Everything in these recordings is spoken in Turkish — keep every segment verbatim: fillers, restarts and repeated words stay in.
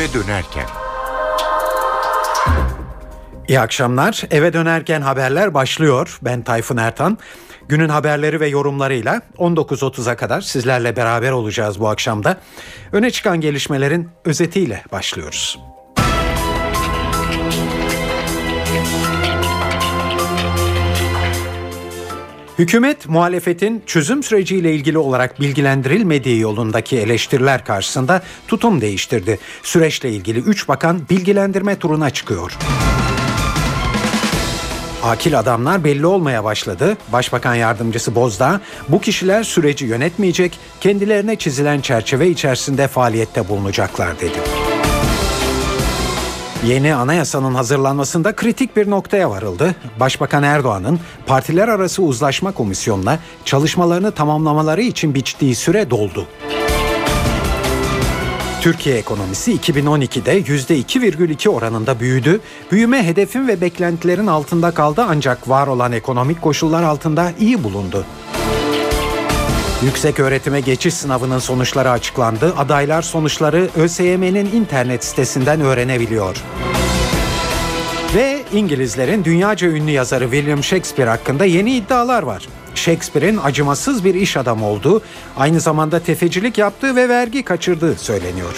Eve dönerken. İyi akşamlar. Eve dönerken haberler başlıyor. Ben Tayfun Ertan. Günün haberleri ve yorumlarıyla on dokuz otuza kadar sizlerle beraber olacağız bu akşamda. Öne çıkan gelişmelerin özetiyle başlıyoruz. Hükümet, muhalefetin çözüm süreciyle ilgili olarak bilgilendirilmediği yolundaki eleştiriler karşısında tutum değiştirdi. Süreçle ilgili üç bakan bilgilendirme turuna çıkıyor. Akil adamlar belli olmaya başladı. Başbakan Yardımcısı Bozdağ, bu kişiler süreci yönetmeyecek, kendilerine çizilen çerçeve içerisinde faaliyette bulunacaklar dedi. Yeni anayasanın hazırlanmasında kritik bir noktaya varıldı. Başbakan Erdoğan'ın partiler arası uzlaşma komisyonuna çalışmalarını tamamlamaları için biçtiği süre doldu. Türkiye ekonomisi iki bin on ikide yüzde iki virgül iki oranında büyüdü. Büyüme hedefin ve beklentilerin altında kaldı ancak var olan ekonomik koşullar altında iyi bulundu. Yükseköğretime geçiş sınavının sonuçları açıklandı. Adaylar sonuçları ÖSYM'nin internet sitesinden öğrenebiliyor. Ve İngilizlerin dünyaca ünlü yazarı William Shakespeare hakkında yeni iddialar var. Shakespeare'in acımasız bir iş adamı olduğu, aynı zamanda tefecilik yaptığı ve vergi kaçırdığı söyleniyor.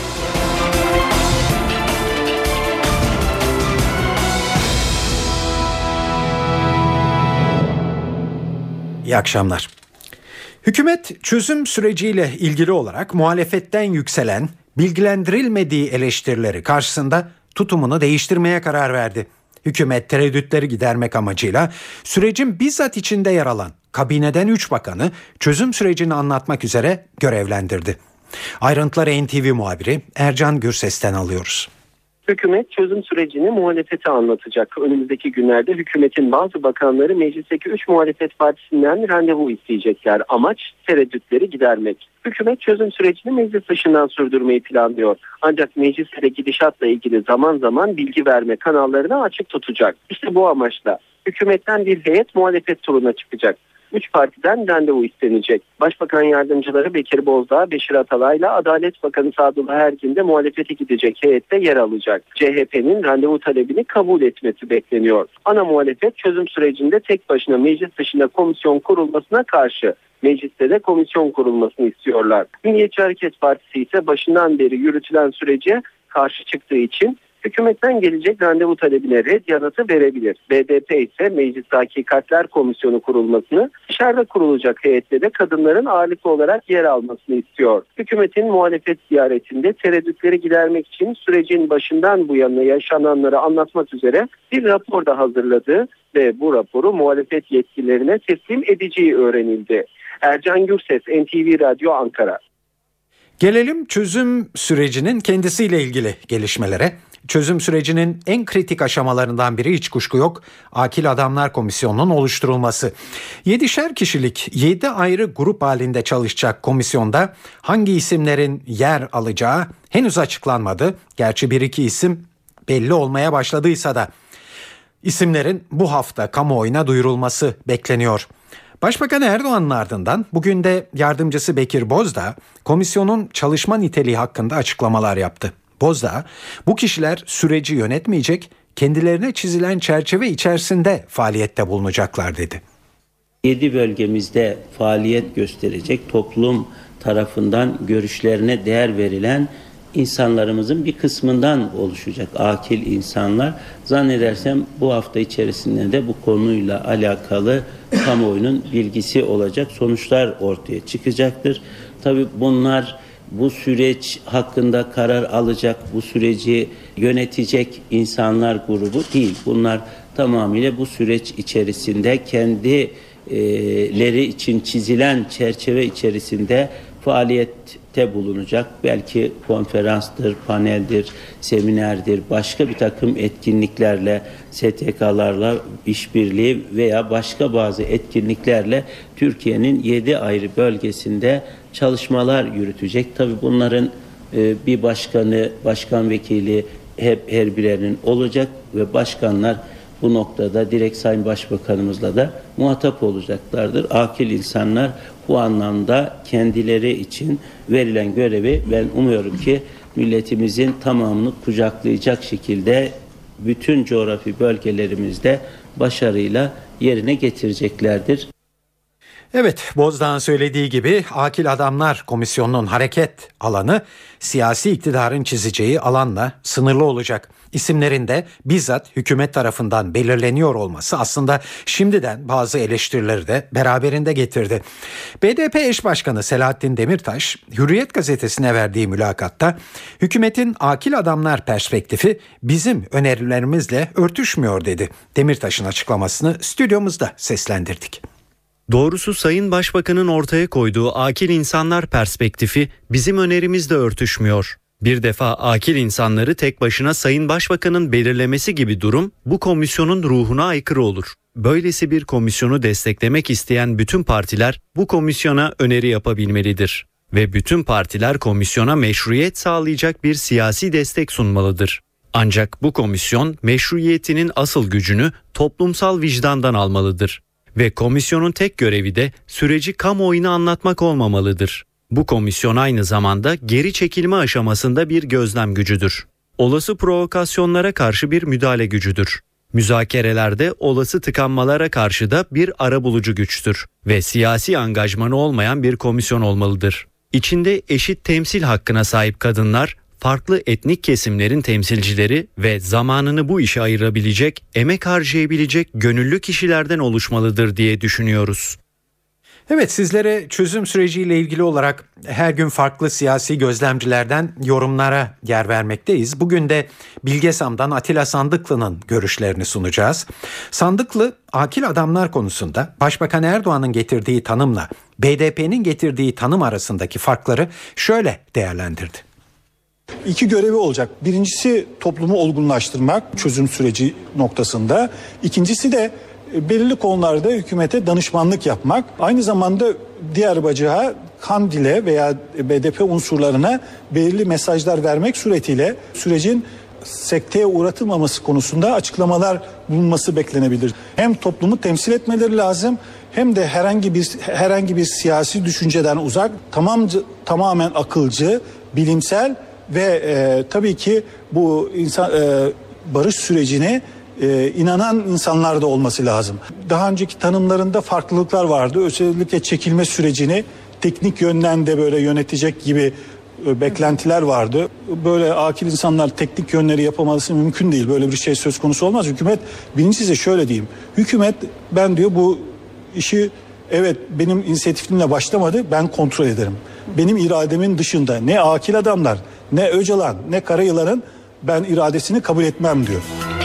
İyi akşamlar. Hükümet çözüm süreciyle ilgili olarak muhalefetten yükselen, bilgilendirilmediği eleştirileri karşısında tutumunu değiştirmeye karar verdi. Hükümet tereddütleri gidermek amacıyla sürecin bizzat içinde yer alan kabineden üç bakanı çözüm sürecini anlatmak üzere görevlendirdi. Ayrıntıları N T V muhabiri Ercan Gürses'ten alıyoruz. Hükümet çözüm sürecini muhalefete anlatacak. Önümüzdeki günlerde hükümetin bazı bakanları meclisteki üç muhalefet partisinden randevu isteyecekler. Amaç tereddütleri gidermek. Hükümet çözüm sürecini meclis dışından sürdürmeyi planlıyor. Ancak mecliste gidişatla ilgili zaman zaman bilgi verme kanallarını açık tutacak. İşte bu amaçla hükümetten bir heyet muhalefet turuna çıkacak. Üç partiden randevu istenecek. Başbakan yardımcıları Bekir Bozdağ, Beşir Atalay'la Adalet Bakanı Sadullah Ergin de muhalefete gidecek heyette yer alacak. C H P'nin randevu talebini kabul etmesi bekleniyor. Ana muhalefet çözüm sürecinde tek başına meclis dışında komisyon kurulmasına karşı. Mecliste de komisyon kurulmasını istiyorlar. Milliyetçi Hareket Partisi ise başından beri yürütülen sürece karşı çıktığı için hükümetten gelecek randevu talebine red yanıtı verebilir. B D P ise Meclis Hakikatler Komisyonu kurulmasını, dışarıda kurulacak heyette de kadınların ağırlıklı olarak yer almasını istiyor. Hükümetin muhalefet ziyaretinde tereddütleri gidermek için sürecin başından bu yana yaşananları anlatmak üzere bir rapor da hazırladı ve bu raporu muhalefet yetkililerine teslim edeceği öğrenildi. Ercan Gürses, N T V Radyo, Ankara. Gelelim çözüm sürecinin kendisiyle ilgili gelişmelere. Çözüm sürecinin en kritik aşamalarından biri hiç kuşku yok, Akil Adamlar Komisyonu'nun oluşturulması. Yedişer kişilik yedi ayrı grup halinde çalışacak komisyonda hangi isimlerin yer alacağı henüz açıklanmadı. Gerçi bir iki isim belli olmaya başladıysa da isimlerin bu hafta kamuoyuna duyurulması bekleniyor. Başbakan Erdoğan'ın ardından bugün de yardımcısı Bekir Bozdağ komisyonun çalışma niteliği hakkında açıklamalar yaptı. Bozdağ, bu kişiler süreci yönetmeyecek, kendilerine çizilen çerçeve içerisinde faaliyette bulunacaklar dedi. yedi bölgemizde faaliyet gösterecek, toplum tarafından görüşlerine değer verilen insanlarımızın bir kısmından oluşacak akil insanlar. Zannedersem bu hafta içerisinde de bu konuyla alakalı kamuoyunun bilgisi olacak, sonuçlar ortaya çıkacaktır. Tabii bunlar bu süreç hakkında karar alacak, bu süreci yönetecek insanlar grubu değil. Bunlar tamamıyla bu süreç içerisinde kendileri için çizilen çerçeve içerisinde faaliyette bulunacak. Belki konferanstır, paneldir, seminerdir, başka bir takım etkinliklerle, S T K'larla işbirliği veya başka bazı etkinliklerle Türkiye'nin yedi ayrı bölgesinde çalışmalar yürütecek. Tabii bunların e, bir başkanı, başkan vekili hep her birinin olacak ve başkanlar bu noktada direkt Sayın Başbakanımızla da muhatap olacaklardır. Akil insanlar bu anlamda kendileri için verilen görevi ben umuyorum ki milletimizin tamamını kucaklayacak şekilde bütün coğrafi bölgelerimizde başarıyla yerine getireceklerdir. Evet, Bozdağ'ın söylediği gibi Akil Adamlar Komisyonu'nun hareket alanı siyasi iktidarın çizeceği alanla sınırlı olacak. İsimlerin de bizzat hükümet tarafından belirleniyor olması aslında şimdiden bazı eleştirileri de beraberinde getirdi. B D P eş başkanı Selahattin Demirtaş, Hürriyet gazetesine verdiği mülakatta hükümetin akil adamlar perspektifi bizim önerilerimizle örtüşmüyor dedi. Demirtaş'ın açıklamasını stüdyomuzda seslendirdik. Doğrusu Sayın Başbakan'ın ortaya koyduğu akil insanlar perspektifi bizim önerimizle örtüşmüyor. Bir defa akil insanları tek başına Sayın Başbakan'ın belirlemesi gibi durum bu komisyonun ruhuna aykırı olur. Böylesi bir komisyonu desteklemek isteyen bütün partiler bu komisyona öneri yapabilmelidir. Ve bütün partiler komisyona meşruiyet sağlayacak bir siyasi destek sunmalıdır. Ancak bu komisyon meşruiyetinin asıl gücünü toplumsal vicdandan almalıdır. Ve komisyonun tek görevi de süreci kamuoyuna anlatmak olmamalıdır. Bu komisyon aynı zamanda geri çekilme aşamasında bir gözlem gücüdür. Olası provokasyonlara karşı bir müdahale gücüdür. Müzakerelerde olası tıkanmalara karşı da bir arabulucu güçtür ve siyasi angajmanı olmayan bir komisyon olmalıdır. İçinde eşit temsil hakkına sahip kadınlar, farklı etnik kesimlerin temsilcileri ve zamanını bu işe ayırabilecek, emek harcayabilecek gönüllü kişilerden oluşmalıdır diye düşünüyoruz. Evet, sizlere çözüm süreciyle ilgili olarak her gün farklı siyasi gözlemcilerden yorumlara yer vermekteyiz. Bugün de Bilgesam'dan Atilla Sandıklı'nın görüşlerini sunacağız. Sandıklı, akil adamlar konusunda Başbakan Erdoğan'ın getirdiği tanımla B D P'nin getirdiği tanım arasındaki farkları şöyle değerlendirdi. İki görevi olacak. Birincisi toplumu olgunlaştırmak çözüm süreci noktasında. İkincisi de belirli konularda hükümete danışmanlık yapmak. Aynı zamanda diğer bacağa Kandil'e veya B D P unsurlarına belirli mesajlar vermek suretiyle sürecin sekteye uğratılmaması konusunda açıklamalar bulunması beklenebilir. Hem toplumu temsil etmeleri lazım hem de herhangi bir herhangi bir siyasi düşünceden uzak, tamam tamamen akılcı, bilimsel ve e, tabii ki bu insan e, barış sürecine e, inanan insanlar da olması lazım. Daha önceki tanımlarında farklılıklar vardı. Özellikle çekilme sürecini teknik yönden de böyle yönetecek gibi e, beklentiler vardı. Böyle akil insanlar teknik yönleri yapamaması mümkün değil. Böyle bir şey söz konusu olmaz. Hükümet, birincisi şöyle diyeyim. Hükümet, ben diyor bu işi evet benim inisiyatifimle başlamadı, ben kontrol ederim. Benim irademin dışında ne akil adamlar, ne Öcalan, ne Karayılan'ın ben iradesini kabul etmem diyor.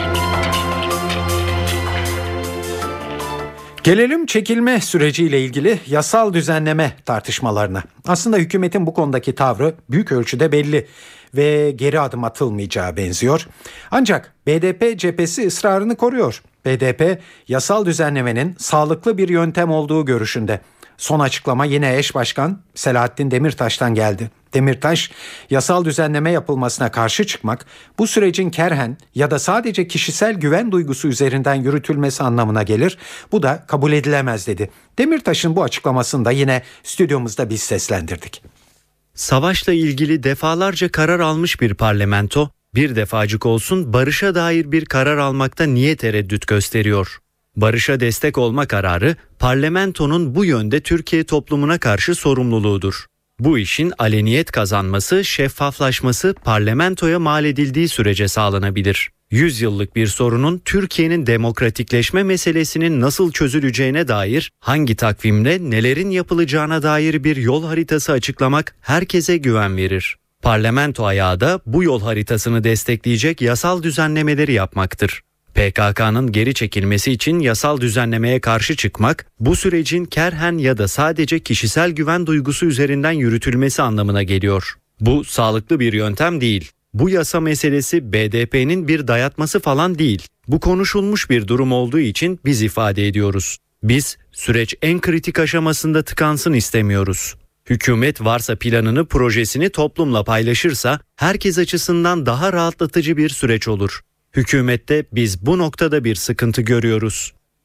Gelelim çekilme süreciyle ilgili yasal düzenleme tartışmalarına. Aslında hükümetin bu konudaki tavrı büyük ölçüde belli ve geri adım atılmayacağı benziyor. Ancak B D P cephesi ısrarını koruyor. B D P yasal düzenlemenin sağlıklı bir yöntem olduğu görüşünde. Son açıklama yine eş başkan Selahattin Demirtaş'tan geldi. Demirtaş, yasal düzenleme yapılmasına karşı çıkmak, bu sürecin kerhen ya da sadece kişisel güven duygusu üzerinden yürütülmesi anlamına gelir. Bu da kabul edilemez dedi. Demirtaş'ın bu açıklamasını da yine stüdyomuzda biz seslendirdik. Savaşla ilgili defalarca karar almış bir parlamento, bir defacık olsun barışa dair bir karar almakta niye tereddüt gösteriyor? Barışa destek olma kararı parlamentonun bu yönde Türkiye toplumuna karşı sorumluluğudur. Bu işin aleniyet kazanması, şeffaflaşması parlamentoya mal edildiği sürece sağlanabilir. Yüzyıllık bir sorunun Türkiye'nin demokratikleşme meselesinin nasıl çözüleceğine dair, hangi takvimle nelerin yapılacağına dair bir yol haritası açıklamak herkese güven verir. Parlamento ayağı da bu yol haritasını destekleyecek yasal düzenlemeleri yapmaktır. P K K'nın geri çekilmesi için yasal düzenlemeye karşı çıkmak, bu sürecin kerhen ya da sadece kişisel güven duygusu üzerinden yürütülmesi anlamına geliyor. Bu sağlıklı bir yöntem değil. Bu yasa meselesi B D P'nin bir dayatması falan değil. Bu konuşulmuş bir durum olduğu için biz ifade ediyoruz. Biz süreç en kritik aşamasında tıkansın istemiyoruz. Hükümet varsa planını, projesini toplumla paylaşırsa herkes açısından daha rahatlatıcı bir süreç olur. Hükümette biz bu noktada bir sıkıntı görüyoruz.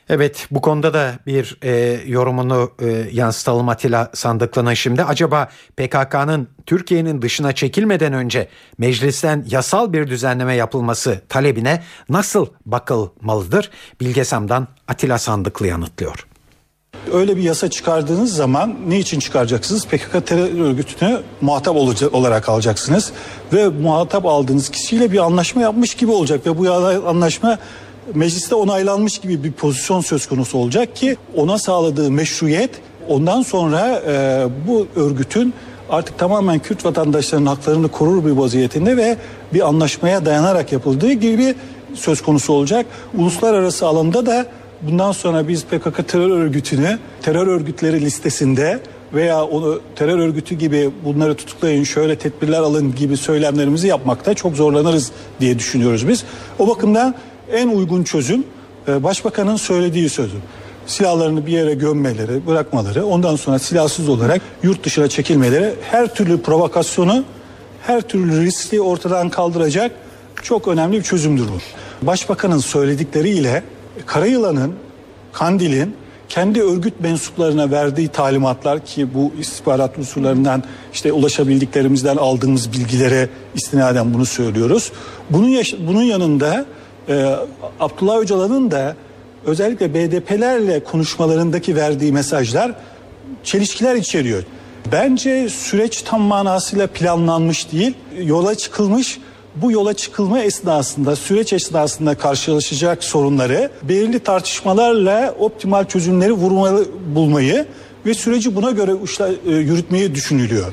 Evet, bu konuda da bir e, yorumunu e, yansıtalım Atilla Sandıklı'nın şimdi. Acaba P K K'nın Türkiye'nin dışına çekilmeden önce meclisten yasal bir düzenleme yapılması talebine nasıl bakılmalıdır? Bilgesam'dan Atilla Sandıklı yanıtlıyor. Öyle bir yasa çıkardığınız zaman ne için çıkaracaksınız? P K K terör örgütünü muhatap olarak alacaksınız. Ve muhatap aldığınız kişiyle bir anlaşma yapmış gibi olacak. Ve bu anlaşma mecliste onaylanmış gibi bir pozisyon söz konusu olacak ki ona sağladığı meşruiyet ondan sonra e, bu örgütün artık tamamen Kürt vatandaşlarının haklarını korur bir vaziyetinde ve bir anlaşmaya dayanarak yapıldığı gibi söz konusu olacak. Uluslararası alanda da bundan sonra biz P K K terör örgütünü terör örgütleri listesinde veya onu terör örgütü gibi bunları tutuklayın, şöyle tedbirler alın gibi söylemlerimizi yapmakta çok zorlanırız diye düşünüyoruz biz. O bakımdan en uygun çözüm Başbakanın söylediği sözü. Silahlarını bir yere gömmeleri, bırakmaları, ondan sonra silahsız olarak yurt dışına çekilmeleri, her türlü provokasyonu, her türlü riski ortadan kaldıracak çok önemli bir çözümdür bu. Başbakanın söyledikleriyle Karayılan'ın, Kandil'in kendi örgüt mensuplarına verdiği talimatlar ki bu istihbarat unsurlarından işte ulaşabildiklerimizden aldığımız bilgilere istinaden bunu söylüyoruz. Bunun, yaş- bunun yanında e, Abdullah Öcalan'ın da özellikle B D P'lerle konuşmalarındaki verdiği mesajlar çelişkiler içeriyor. Bence süreç tam manasıyla planlanmış değil, yola çıkılmış. Bu yola çıkılma esnasında, süreç esnasında karşılaşacak sorunları belirli tartışmalarla optimal çözümleri vurmalı, bulmayı ve süreci buna göre uçla, e, yürütmeyi düşünülüyor.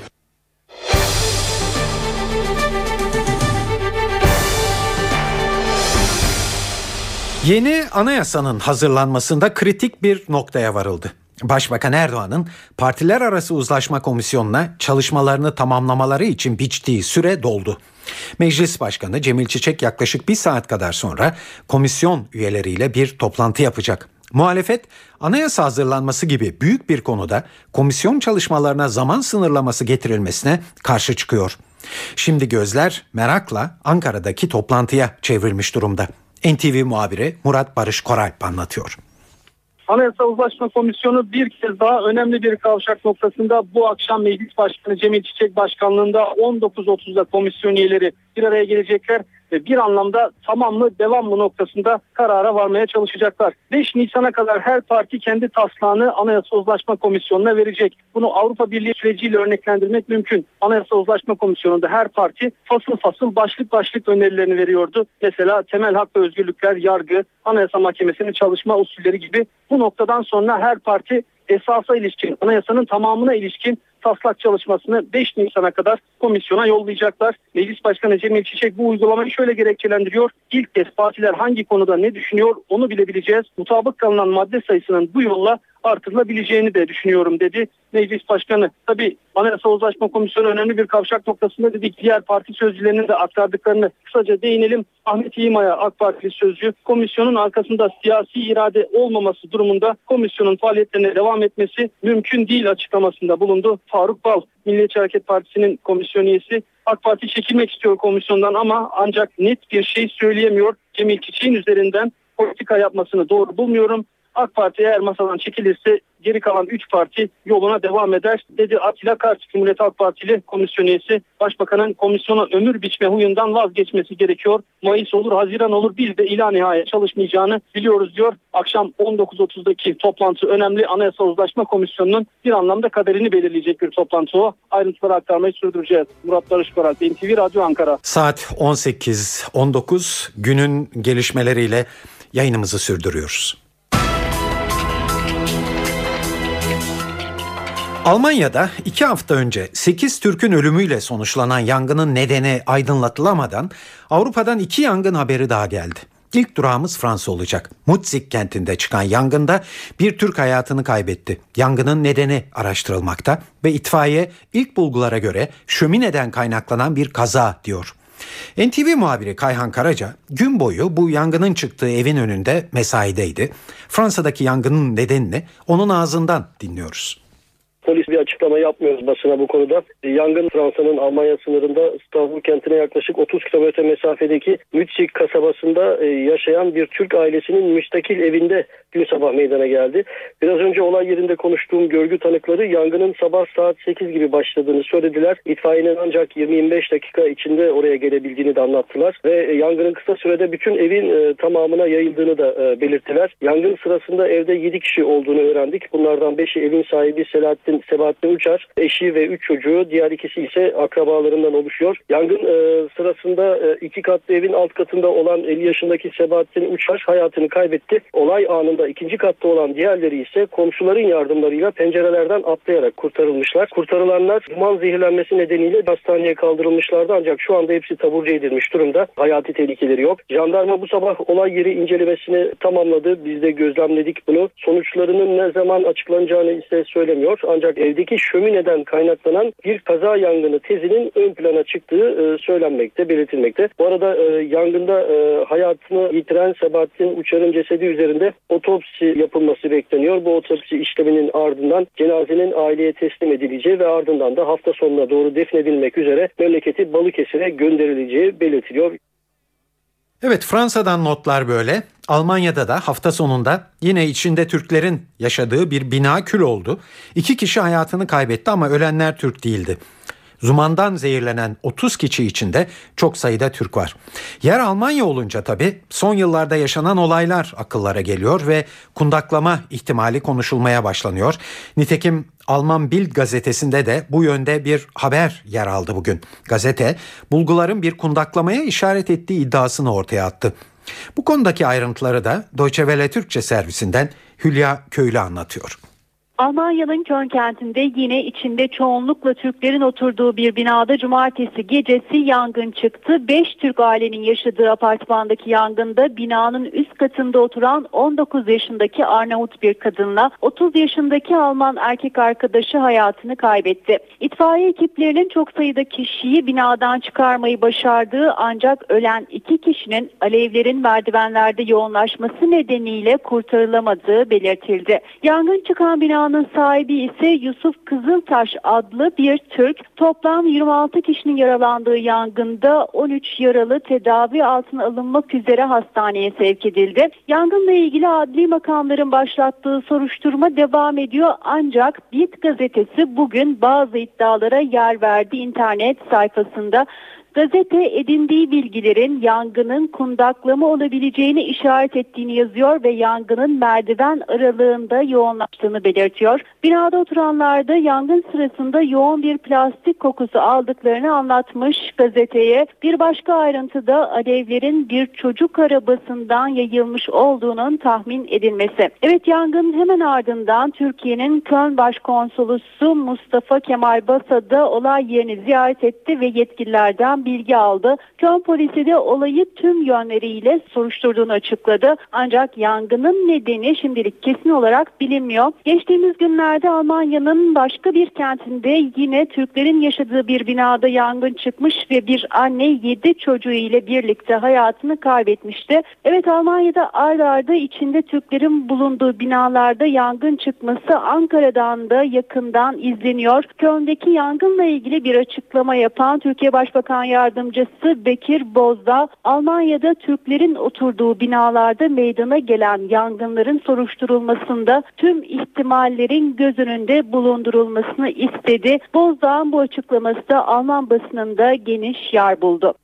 Yeni anayasanın hazırlanmasında kritik bir noktaya varıldı. Başbakan Erdoğan'ın partiler arası uzlaşma komisyonuna çalışmalarını tamamlamaları için biçtiği süre doldu. Meclis Başkanı Cemil Çiçek yaklaşık bir saat kadar sonra komisyon üyeleriyle bir toplantı yapacak. Muhalefet, anayasa hazırlanması gibi büyük bir konuda komisyon çalışmalarına zaman sınırlaması getirilmesine karşı çıkıyor. Şimdi gözler merakla Ankara'daki toplantıya çevrilmiş durumda. N T V muhabiri Murat Barış Koralp anlatıyor. Anayasa Uzlaşma Komisyonu bir kez daha önemli bir kavşak noktasında bu akşam Meclis Başkanı Cemil Çiçek başkanlığında on dokuz otuzda komisyon üyeleri bir araya gelecekler ve bir anlamda tamam mı devam mı noktasında karara varmaya çalışacaklar. beş Nisan'a kadar her parti kendi taslağını Anayasa Uzlaşma Komisyonu'na verecek. Bunu Avrupa Birliği süreciyle örneklendirmek mümkün. Anayasa Uzlaşma Komisyonu'nda her parti fasıl fasıl başlık başlık önerilerini veriyordu. Mesela temel hak ve özgürlükler, yargı, Anayasa Mahkemesi'nin çalışma usulleri gibi. Bu noktadan sonra her parti esasa ilişkin, anayasanın tamamına ilişkin taslak çalışmasını beş Nisan'a kadar komisyona yollayacaklar. Meclis Başkanı Cemil Çiçek bu uygulamayı şöyle gerekçelendiriyor. İlk kez partiler hangi konuda ne düşünüyor onu bilebileceğiz. Mutabık kalınan madde sayısının bu yolla artırılabileceğini de düşünüyorum dedi Meclis Başkanı. Tabii Anayasa Uzlaşma Komisyonu önemli bir kavşak noktasında dedik. Diğer parti sözcülerinin de aktardıklarını kısaca değinelim. Ahmet İğmaya AK Partili sözcü, komisyonun arkasında siyasi irade olmaması durumunda komisyonun faaliyetlerine devam etmesi mümkün değil açıklamasında bulundu. Faruk Bal, Milliyetçi Hareket Partisi'nin komisyon üyesi, AK Parti çekilmek istiyor komisyondan ama ancak net bir şey söyleyemiyor. Cemil Çiçek'in üzerinden politika yapmasını doğru bulmuyorum. AK Parti eğer masadan çekilirse geri kalan üç parti yoluna devam eder dedi Atilla Kars, Cumhuriyet Halk Partili komisyon üyesi. Başbakanın komisyona ömür biçme huyundan vazgeçmesi gerekiyor. Mayıs olur, Haziran olur, biz de ila nihayet çalışmayacağını biliyoruz diyor. Akşam on dokuz otuzdaki toplantı önemli. Anayasa Uzlaşma Komisyonu'nun bir anlamda kaderini belirleyecek bir toplantı o. Ayrıntıları aktarmayı sürdüreceğiz. Murat Barış Koral, N T V Radyo Ankara. Saat on sekiz on dokuz, günün gelişmeleriyle yayınımızı sürdürüyoruz. Almanya'da iki hafta önce sekiz Türk'ün ölümüyle sonuçlanan yangının nedeni aydınlatılamadan Avrupa'dan iki yangın haberi daha geldi. İlk durağımız Fransa olacak. Mutzig kentinde çıkan yangında bir Türk hayatını kaybetti. Yangının nedeni araştırılmakta ve itfaiye ilk bulgulara göre şömineden kaynaklanan bir kaza diyor. N T V muhabiri Kayhan Karaca gün boyu bu yangının çıktığı evin önünde mesaideydi. Fransa'daki yangının nedenini onun ağzından dinliyoruz. Polis bir açıklama yapmıyor basına bu konuda. Yangın Fransa'nın Almanya sınırında Strasbourg kentine yaklaşık otuz kilometre mesafedeki Mutzig kasabasında yaşayan bir Türk ailesinin müstakil evinde dün sabah meydana geldi. Biraz önce olay yerinde konuştuğum görgü tanıkları yangının sabah saat sekiz gibi başladığını söylediler. İtfaiyenin ancak yirmi yirmi beş dakika içinde oraya gelebildiğini de anlattılar ve yangının kısa sürede bütün evin e, tamamına yayıldığını da e, belirttiler. Yangın sırasında evde yedi kişi olduğunu öğrendik. Bunlardan beşi evin sahibi Selahattin Sebahattin Uçar, eşi ve üç çocuğu, diğer ikisi ise akrabalarından oluşuyor. Yangın e, sırasında e, iki katlı evin alt katında olan elli yaşındaki Sebahattin Uçar hayatını kaybetti. Olay anında ikinci katta olan diğerleri ise komşuların yardımlarıyla pencerelerden atlayarak kurtarılmışlar. Kurtarılanlar duman zehirlenmesi nedeniyle hastaneye kaldırılmışlardı ancak şu anda hepsi taburcu edilmiş durumda. Hayati tehlikeleri yok. Jandarma bu sabah olay yeri incelemesini tamamladı. Biz de gözlemledik bunu. Sonuçlarının ne zaman açıklanacağını ise söylemiyor. Ancak evdeki şömineden kaynaklanan bir kaza yangını tezinin ön plana çıktığı e, söylenmekte, belirtilmekte. Bu arada e, yangında e, hayatını yitiren Sebahattin Uçar'ın cesedi üzerinde otopsi yapılması bekleniyor. Bu otopsi işleminin ardından cenazenin aileye teslim edileceği ve ardından da hafta sonuna doğru defnedilmek üzere memleketi Balıkesir'e gönderileceği belirtiliyor. Evet, Fransa'dan notlar böyle. Almanya'da da hafta sonunda yine içinde Türklerin yaşadığı bir bina kül oldu. İki kişi hayatını kaybetti ama ölenler Türk değildi. Zumandan zehirlenen otuz kişi içinde çok sayıda Türk var. Yer Almanya olunca tabii son yıllarda yaşanan olaylar akıllara geliyor ve kundaklama ihtimali konuşulmaya başlanıyor. Nitekim Alman Bild gazetesinde de bu yönde bir haber yer aldı bugün. Gazete, bulguların bir kundaklamaya işaret ettiği iddiasını ortaya attı. Bu konudaki ayrıntıları da Deutsche Welle Türkçe servisinden Hülya Köylü anlatıyor. Almanya'nın Köln kentinde yine içinde çoğunlukla Türklerin oturduğu bir binada cumartesi gecesi yangın çıktı. beş Türk ailenin yaşadığı apartmandaki yangında binanın üst katında oturan on dokuz yaşındaki Arnavut bir kadınla otuz yaşındaki Alman erkek arkadaşı hayatını kaybetti. İtfaiye ekiplerinin çok sayıda kişiyi binadan çıkarmayı başardığı ancak ölen iki kişinin alevlerin merdivenlerde yoğunlaşması nedeniyle kurtarılamadığı belirtildi. Yangın çıkan bina Binanın sahibi ise Yusuf Kızıltaş adlı bir Türk. Toplam yirmi altı kişinin yaralandığı yangında on üç yaralı tedavi altına alınmak üzere hastaneye sevk edildi. Yangınla ilgili adli makamların başlattığı soruşturma devam ediyor ancak Bild gazetesi bugün bazı iddialara yer verdi internet sayfasında. Gazete edindiği bilgilerin yangının kundaklama olabileceğini işaret ettiğini yazıyor ve yangının merdiven aralığında yoğunlaştığını belirtiyor. Binada oturanlar da yangın sırasında yoğun bir plastik kokusu aldıklarını anlatmış gazeteye. Bir başka ayrıntıda alevlerin bir çocuk arabasından yayılmış olduğunun tahmin edilmesi. Evet, yangının hemen ardından Türkiye'nin Köln Başkonsolosu Mustafa Kemal Basa da olay yerini ziyaret etti ve yetkililerden bilgi aldı. Köln polisi de olayı tüm yönleriyle soruşturduğunu açıkladı. Ancak yangının nedeni şimdilik kesin olarak bilinmiyor. Geçtiğimiz günlerde Almanya'nın başka bir kentinde yine Türklerin yaşadığı bir binada yangın çıkmış ve bir anne yedi çocuğu ile birlikte hayatını kaybetmişti. Evet, Almanya'da ard arda içinde Türklerin bulunduğu binalarda yangın çıkması Ankara'dan da yakından izleniyor. Köln'deki yangınla ilgili bir açıklama yapan Türkiye Başbakan Yardımcısı Bekir Bozdağ, Almanya'da Türklerin oturduğu binalarda meydana gelen yangınların soruşturulmasında tüm ihtimallerin göz önünde bulundurulmasını istedi. Bozdağ'ın bu açıklaması da Alman basınında geniş yer buldu.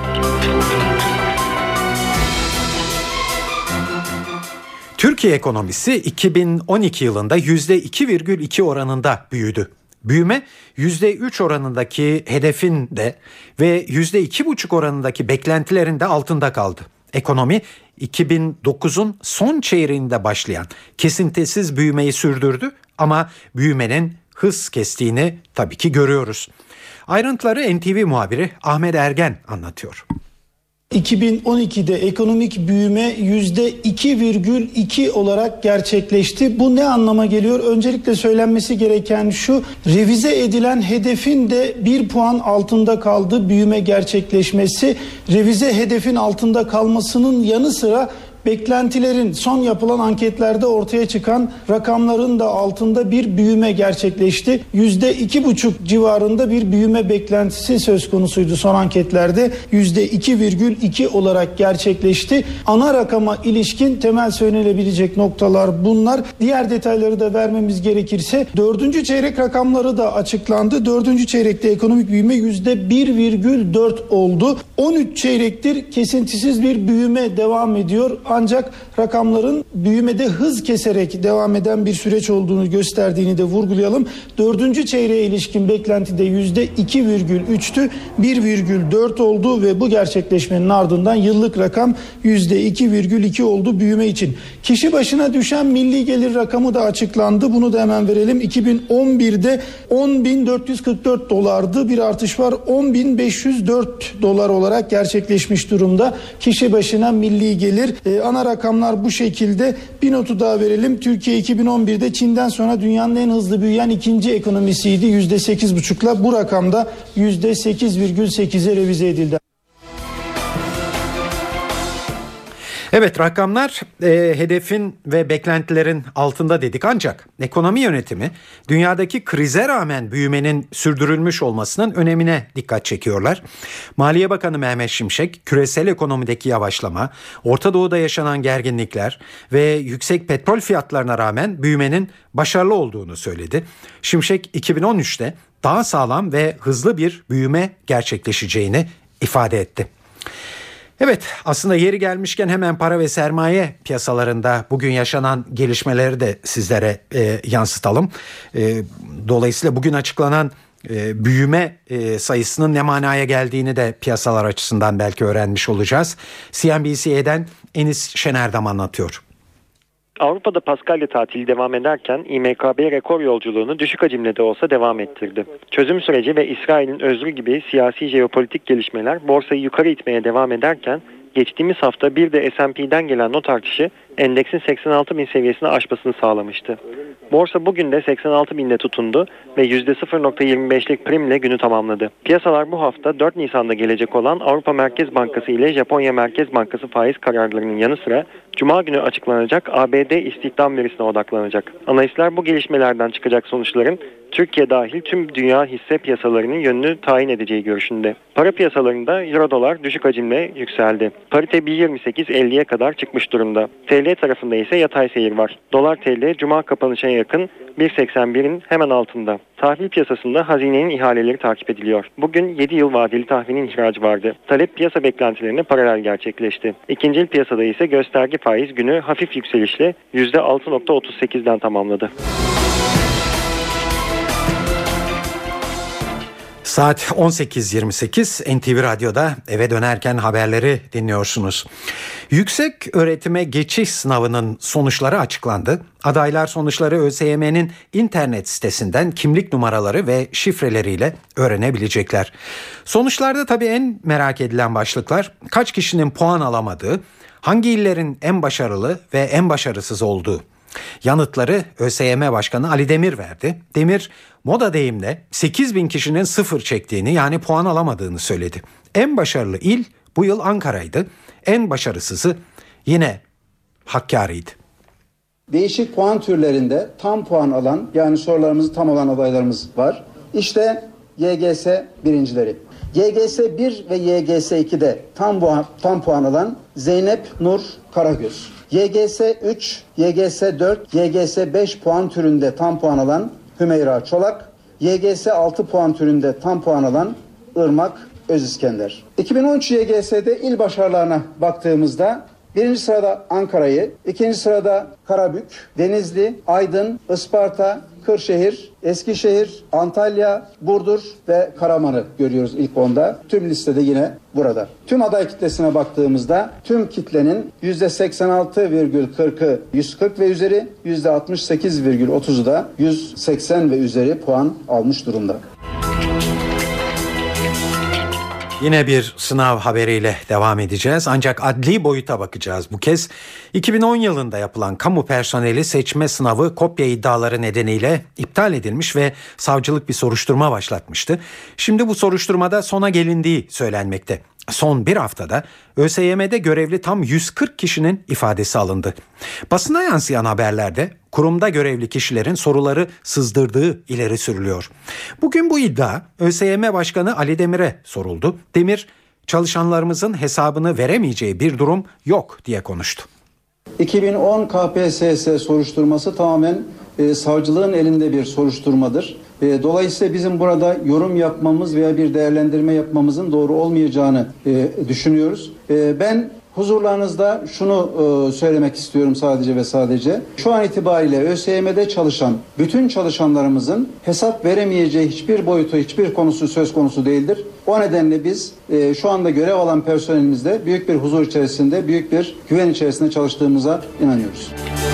Türkiye ekonomisi iki bin on iki yılında yüzde iki virgül iki oranında büyüdü. Büyüme yüzde üç oranındaki hedefin de ve yüzde iki virgül beş oranındaki beklentilerin de altında kaldı. Ekonomi iki bin dokuzun son çeyreğinde başlayan kesintisiz büyümeyi sürdürdü ama büyümenin hız kestiğini tabii ki görüyoruz. Ayrıntıları N T V muhabiri Ahmet Ergen anlatıyor. iki bin on ikide ekonomik büyüme yüzde iki virgül iki olarak gerçekleşti. Bu ne anlama geliyor? Öncelikle söylenmesi gereken şu: revize edilen hedefin de bir puan altında kaldı büyüme gerçekleşmesi. Revize hedefin altında kalmasının yanı sıra beklentilerin son yapılan anketlerde ortaya çıkan rakamların da altında bir büyüme gerçekleşti. yüzde iki buçuk civarında bir büyüme beklentisi söz konusuydu son anketlerde. yüzde iki virgül iki olarak gerçekleşti. Ana rakama ilişkin temel söylenebilecek noktalar bunlar. Diğer detayları da vermemiz gerekirse dördüncü çeyrek rakamları da açıklandı. Dördüncü çeyrekte ekonomik büyüme yüzde bir virgül dört oldu. on üç çeyrektir kesintisiz bir büyüme devam ediyor. Ancak rakamların büyümede hız keserek devam eden bir süreç olduğunu gösterdiğini de vurgulayalım. Dördüncü çeyreğe ilişkin beklentide yüzde iki virgül üçtü. bir virgül dört oldu ve bu gerçekleşmenin ardından yıllık rakam yüzde iki virgül iki oldu büyüme için. Kişi başına düşen milli gelir rakamı da açıklandı. Bunu da hemen verelim. iki bin on birde on bin dört yüz kırk dört dolardı. Bir artış var. on bin beş yüz dört dolar olarak gerçekleşmiş durumda. Kişi başına milli gelir. Ee, ana rakamlar bu şekilde. Bir notu daha verelim. Türkiye iki bin on birde Çin'den sonra dünyanın en hızlı büyüyen ikinci ekonomisiydi. yüzde sekiz buçukla bu rakamda yüzde sekiz virgül sekize revize edildi. Evet, rakamlar e, hedefin ve beklentilerin altında dedik, ancak ekonomi yönetimi dünyadaki krize rağmen büyümenin sürdürülmüş olmasının önemine dikkat çekiyorlar. Maliye Bakanı Mehmet Şimşek küresel ekonomideki yavaşlama, Orta Doğu'da yaşanan gerginlikler ve yüksek petrol fiyatlarına rağmen büyümenin başarılı olduğunu söyledi. Şimşek iki bin on üçte daha sağlam ve hızlı bir büyüme gerçekleşeceğini ifade etti. Evet, aslında yeri gelmişken hemen para ve sermaye piyasalarında bugün yaşanan gelişmeleri de sizlere e, yansıtalım. E, dolayısıyla bugün açıklanan e, büyüme e, sayısının ne manaya geldiğini de piyasalar açısından belki öğrenmiş olacağız. C N B C'den Enis Şenerdam anlatıyor. Avrupa'da Paskalya tatili devam ederken İ M K B rekor yolculuğunu düşük hacimle de olsa devam ettirdi. Çözüm süreci ve İsrail'in özrü gibi siyasi jeopolitik gelişmeler borsayı yukarı itmeye devam ederken geçtiğimiz hafta bir de S and P'den gelen not artışı endeksin seksen altı bin seviyesini aşmasını sağlamıştı. Borsa bugün de seksen altı binde tutundu ve yüzde sıfır virgül yirmi beşlik primle günü tamamladı. Piyasalar bu hafta dört Nisan'da gelecek olan Avrupa Merkez Bankası ile Japonya Merkez Bankası faiz kararlarının yanı sıra Cuma günü açıklanacak A B D istihdam verisine odaklanacak. Analistler bu gelişmelerden çıkacak sonuçların Türkiye dahil tüm dünya hisse piyasalarının yönünü tayin edeceği görüşünde. Para piyasalarında Euro dolar düşük hacimle yükseldi. Parite bir yirmi sekiz elliye kadar çıkmış durumda. T L tarafında ise yatay seyir var. Dolar T L Cuma kapanışına yakın bir seksen birin hemen altında. Tahvil piyasasında hazinenin ihaleleri takip ediliyor. Bugün yedi yıl vadeli tahvilin ihracı vardı. Talep piyasa beklentilerine paralel gerçekleşti. İkincil piyasada ise gösterge faiz günü hafif yükselişle yüzde altı virgül otuz sekizden tamamladı. Saat on sekiz yirmi sekiz, N T V Radyo'da eve dönerken haberleri dinliyorsunuz. Yüksek öğretime geçiş sınavının sonuçları açıklandı. Adaylar sonuçları Ö S Y M'nin internet sitesinden kimlik numaraları ve şifreleriyle öğrenebilecekler. Sonuçlarda tabii en merak edilen başlıklar kaç kişinin puan alamadığı, hangi illerin en başarılı ve en başarısız olduğu. Yanıtları Ö S Y M Başkanı Ali Demir verdi. Demir, moda deyimle sekiz bin kişinin sıfır çektiğini, yani puan alamadığını söyledi. En başarılı il bu yıl Ankara'ydı. En başarısızı yine Hakkari'ydi. Değişik puan türlerinde tam puan alan, yani sorularımızı tam olan adaylarımız var. İşte Y G S birincileri. Y G S bir ve Y G S iki'de tam puan, tam puan alan Zeynep Nur Karagöz. Y G S üç, Y G S dört, Y G S beş puan türünde tam puan alan Hümeyra Çolak. Y G S altı puan türünde tam puan alan Irmak Özİskender. iki bin on üç Y G S'de il başarılarına baktığımızda birinci sırada Ankara'yı, ikinci sırada Karabük, Denizli, Aydın, Isparta, Kırşehir, Eskişehir, Antalya, Burdur ve Karaman'ı görüyoruz ilk onda. Tüm listede yine burada. Tüm aday kitlesine baktığımızda tüm kitlenin yüzde seksen altı virgül kırkı yüz kırk ve üzeri, yüzde altmış sekiz virgül otuzu da yüz seksen ve üzeri puan almış durumda. Yine bir sınav haberiyle devam edeceğiz, ancak adli boyuta bakacağız bu kez. iki bin on yılında yapılan kamu personeli seçme sınavı kopya iddiaları nedeniyle iptal edilmiş ve savcılık bir soruşturma başlatmıştı. Şimdi bu soruşturmada sona gelindiği söylenmekte. Son bir haftada ÖSYM'de görevli tam yüz kırk kişinin ifadesi alındı. Basına yansıyan haberlerde kurumda görevli kişilerin soruları sızdırdığı ileri sürülüyor. Bugün bu iddia ÖSYM Başkanı Ali Demir'e soruldu. Demir, çalışanlarımızın hesabını veremeyeceği bir durum yok diye konuştu. iki bin on K P S S soruşturması tamamen e, savcılığın elinde bir soruşturmadır. E, dolayısıyla bizim burada yorum yapmamız veya bir değerlendirme yapmamızın doğru olmayacağını e, düşünüyoruz. E, ben huzurlarınızda şunu e, söylemek istiyorum sadece ve sadece. Şu an itibariyle ÖSYM'de çalışan bütün çalışanlarımızın hesap veremeyeceği hiçbir boyutu, hiçbir konusu söz konusu değildir. O nedenle biz e, şu anda görev alan personelimizde büyük bir huzur içerisinde, büyük bir güven içerisinde çalıştığımıza inanıyoruz.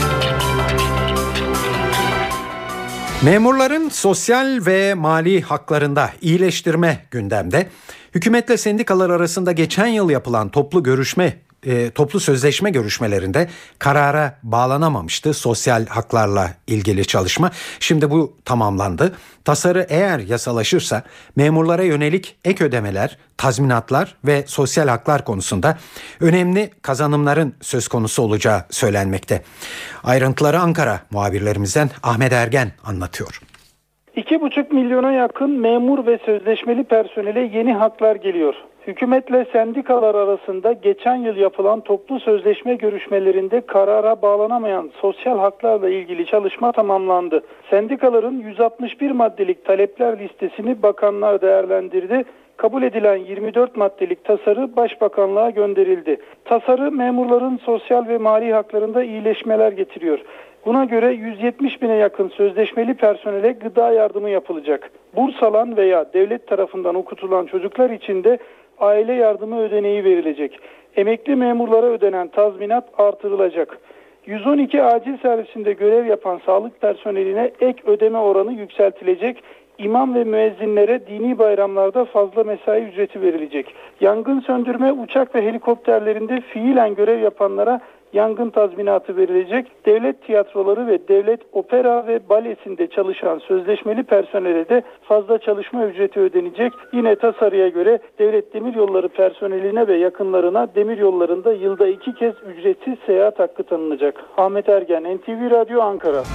Memurların sosyal ve mali haklarında iyileştirme gündemde. Hükümetle sendikalar arasında geçen yıl yapılan toplu görüşme, e, toplu sözleşme görüşmelerinde karara bağlanamamıştı sosyal haklarla ilgili çalışma. Şimdi bu tamamlandı. Tasarı eğer yasalaşırsa memurlara yönelik ek ödemeler, tazminatlar ve sosyal haklar konusunda önemli kazanımların söz konusu olacağı söylenmekte. Ayrıntıları Ankara muhabirlerimizden Ahmet Ergen anlatıyor. iki buçuk milyona yakın memur ve sözleşmeli personele yeni haklar geliyor. Hükümetle sendikalar arasında geçen yıl yapılan toplu sözleşme görüşmelerinde karara bağlanamayan sosyal haklarla ilgili çalışma tamamlandı. Sendikaların yüz altmış bir maddelik talepler listesini bakanlar değerlendirdi. Kabul edilen yirmi dört maddelik tasarı Başbakanlığa gönderildi. Tasarı memurların sosyal ve mali haklarında iyileşmeler getiriyor. Buna göre yüz yetmiş bine yakın sözleşmeli personele gıda yardımı yapılacak. Burs alan veya devlet tarafından okutulan çocuklar için de aile yardımı ödeneği verilecek. Emekli memurlara ödenen tazminat artırılacak. yüz on iki acil servisinde görev yapan sağlık personeline ek ödeme oranı yükseltilecek. İmam ve müezzinlere dini bayramlarda fazla mesai ücreti verilecek. Yangın söndürme uçak ve helikopterlerinde fiilen görev yapanlara yangın tazminatı verilecek. Devlet tiyatroları ve devlet opera ve balesinde çalışan sözleşmeli personele de fazla çalışma ücreti ödenecek. Yine tasarıya göre devlet demiryolları personeline ve yakınlarına demiryollarında yılda iki kez ücretsiz seyahat hakkı tanınacak. Ahmet Ergen, N T V Radyo, Ankara.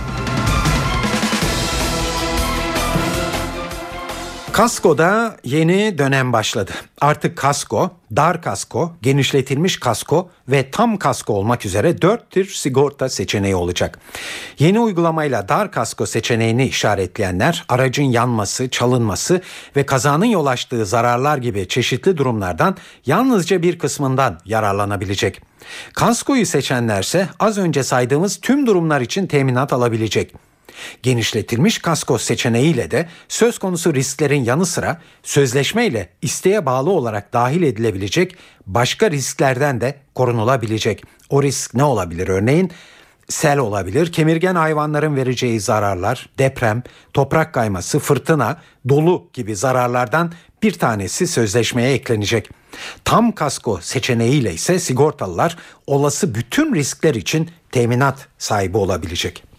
Kasko'da yeni dönem başladı. Artık kasko, dar kasko, genişletilmiş kasko ve tam kasko olmak üzere dört tür sigorta seçeneği olacak. Yeni uygulamayla dar kasko seçeneğini işaretleyenler aracın yanması, çalınması ve kazanın yol açtığı zararlar gibi çeşitli durumlardan yalnızca bir kısmından yararlanabilecek. Kaskoyu seçenlerse az önce saydığımız tüm durumlar için teminat alabilecek. Genişletilmiş kasko seçeneğiyle de söz konusu risklerin yanı sıra sözleşmeyle isteğe bağlı olarak dahil edilebilecek başka risklerden de korunulabilecek. O risk ne olabilir? Örneğin sel olabilir, kemirgen hayvanların vereceği zararlar, deprem, toprak kayması, fırtına, dolu gibi zararlardan bir tanesi sözleşmeye eklenecek. Tam kasko seçeneğiyle ise sigortalılar olası bütün riskler için teminat sahibi olabilecek.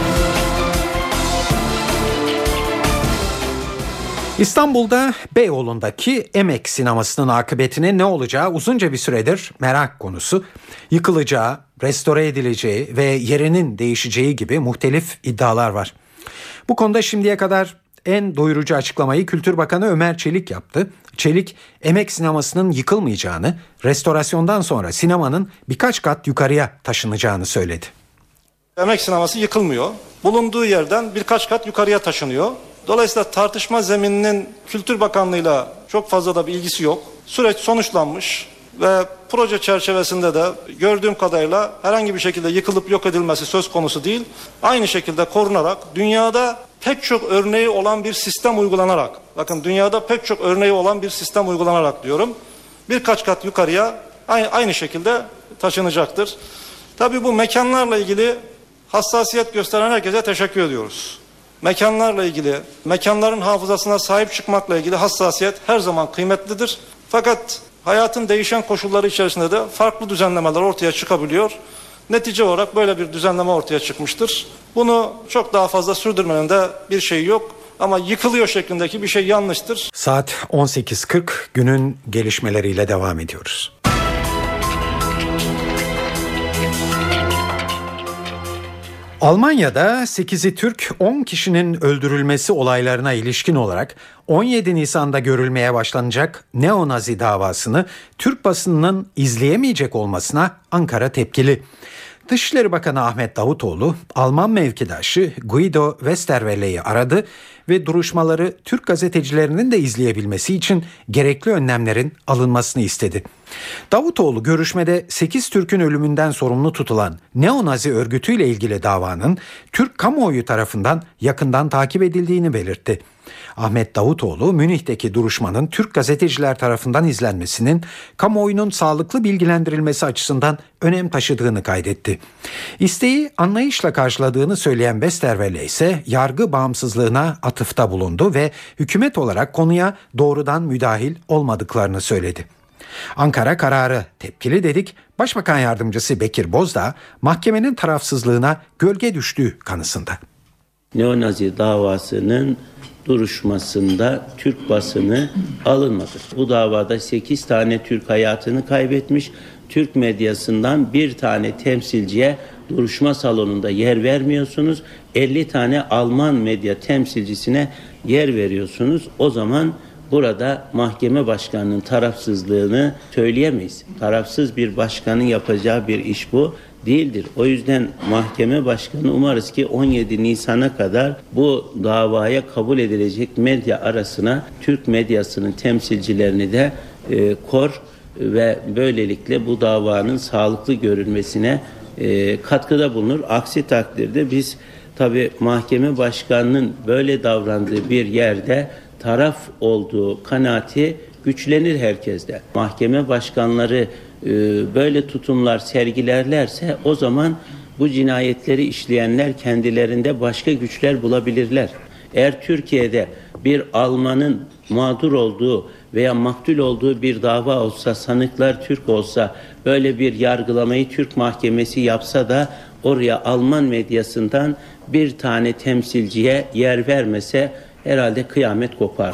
İstanbul'da Beyoğlu'ndaki Emek sinemasının akıbetinin ne olacağı uzunca bir süredir merak konusu. Yıkılacağı, restore edileceği ve yerinin değişeceği gibi muhtelif iddialar var. Bu konuda şimdiye kadar en doyurucu açıklamayı Kültür Bakanı Ömer Çelik yaptı. Çelik, Emek sinemasının yıkılmayacağını, restorasyondan sonra sinemanın birkaç kat yukarıya taşınacağını söyledi. Emek sineması yıkılmıyor. Bulunduğu yerden birkaç kat yukarıya taşınıyor. Dolayısıyla tartışma zemininin Kültür Bakanlığı'yla çok fazla da bir ilgisi yok. Süreç sonuçlanmış ve proje çerçevesinde de gördüğüm kadarıyla herhangi bir şekilde yıkılıp yok edilmesi söz konusu değil. Aynı şekilde korunarak dünyada pek çok örneği olan bir sistem uygulanarak, bakın dünyada pek çok örneği olan bir sistem uygulanarak diyorum, birkaç kat yukarıya aynı, aynı şekilde taşınacaktır. Tabii bu mekanlarla ilgili hassasiyet gösteren herkese teşekkür ediyoruz. Mekanlarla ilgili, mekanların hafızasına sahip çıkmakla ilgili hassasiyet her zaman kıymetlidir. Fakat hayatın değişen koşulları içerisinde de farklı düzenlemeler ortaya çıkabiliyor. Netice olarak böyle bir düzenleme ortaya çıkmıştır. Bunu çok daha fazla sürdürmenin de bir şeyi yok. Ama yıkılıyor şeklindeki bir şey yanlıştır. Saat on sekiz kırk, günün gelişmeleriyle devam ediyoruz. Almanya'da sekizi Türk, on kişinin öldürülmesi olaylarına ilişkin olarak on yedi Nisan'da görülmeye başlanacak neonazi davasını Türk basınının izleyemeyecek olmasına Ankara tepkili. Dışişleri Bakanı Ahmet Davutoğlu, Alman mevkidaşı Guido Westerwelle'yi aradı ve duruşmaları Türk gazetecilerinin de izleyebilmesi için gerekli önlemlerin alınmasını istedi. Davutoğlu görüşmede sekiz Türk'ün ölümünden sorumlu tutulan neonazi örgütüyle ilgili davanın Türk kamuoyu tarafından yakından takip edildiğini belirtti. Ahmet Davutoğlu, Münih'teki duruşmanın Türk gazeteciler tarafından izlenmesinin kamuoyunun sağlıklı bilgilendirilmesi açısından önem taşıdığını kaydetti. İsteği anlayışla karşıladığını söyleyen Westerwelle ise yargı bağımsızlığına atıfta bulundu ve hükümet olarak konuya doğrudan müdahil olmadıklarını söyledi. Ankara kararı tepkili dedik. Başbakan Yardımcısı Bekir Bozdağ mahkemenin tarafsızlığına gölge düştüğü kanısında. Neonazi davasının duruşmasında Türk basını alınmadı. Bu davada sekiz tane Türk hayatını kaybetmiş. Türk medyasından bir tane temsilciye duruşma salonunda yer vermiyorsunuz. elli tane Alman medya temsilcisine yer veriyorsunuz. O zaman burada mahkeme başkanının tarafsızlığını söyleyemeyiz. Tarafsız bir başkanın yapacağı bir iş bu değildir. O yüzden mahkeme başkanı umarız ki on yedi Nisan'a kadar bu davaya kabul edilecek medya arasına Türk medyasının temsilcilerini de e, kor ve böylelikle bu davanın sağlıklı görülmesine e, katkıda bulunur. Aksi takdirde biz tabii mahkeme başkanının böyle davrandığı bir yerde taraf olduğu kanaati güçlenir herkeste. Mahkeme başkanları e, böyle tutumlar sergilerlerse o zaman bu cinayetleri işleyenler kendilerinde başka güçler bulabilirler. Eğer Türkiye'de bir Almanın mağdur olduğu veya maktul olduğu bir dava olsa, sanıklar Türk olsa, böyle bir yargılamayı Türk mahkemesi yapsa da oraya Alman medyasından bir tane temsilciye yer vermese herhalde kıyamet kopar.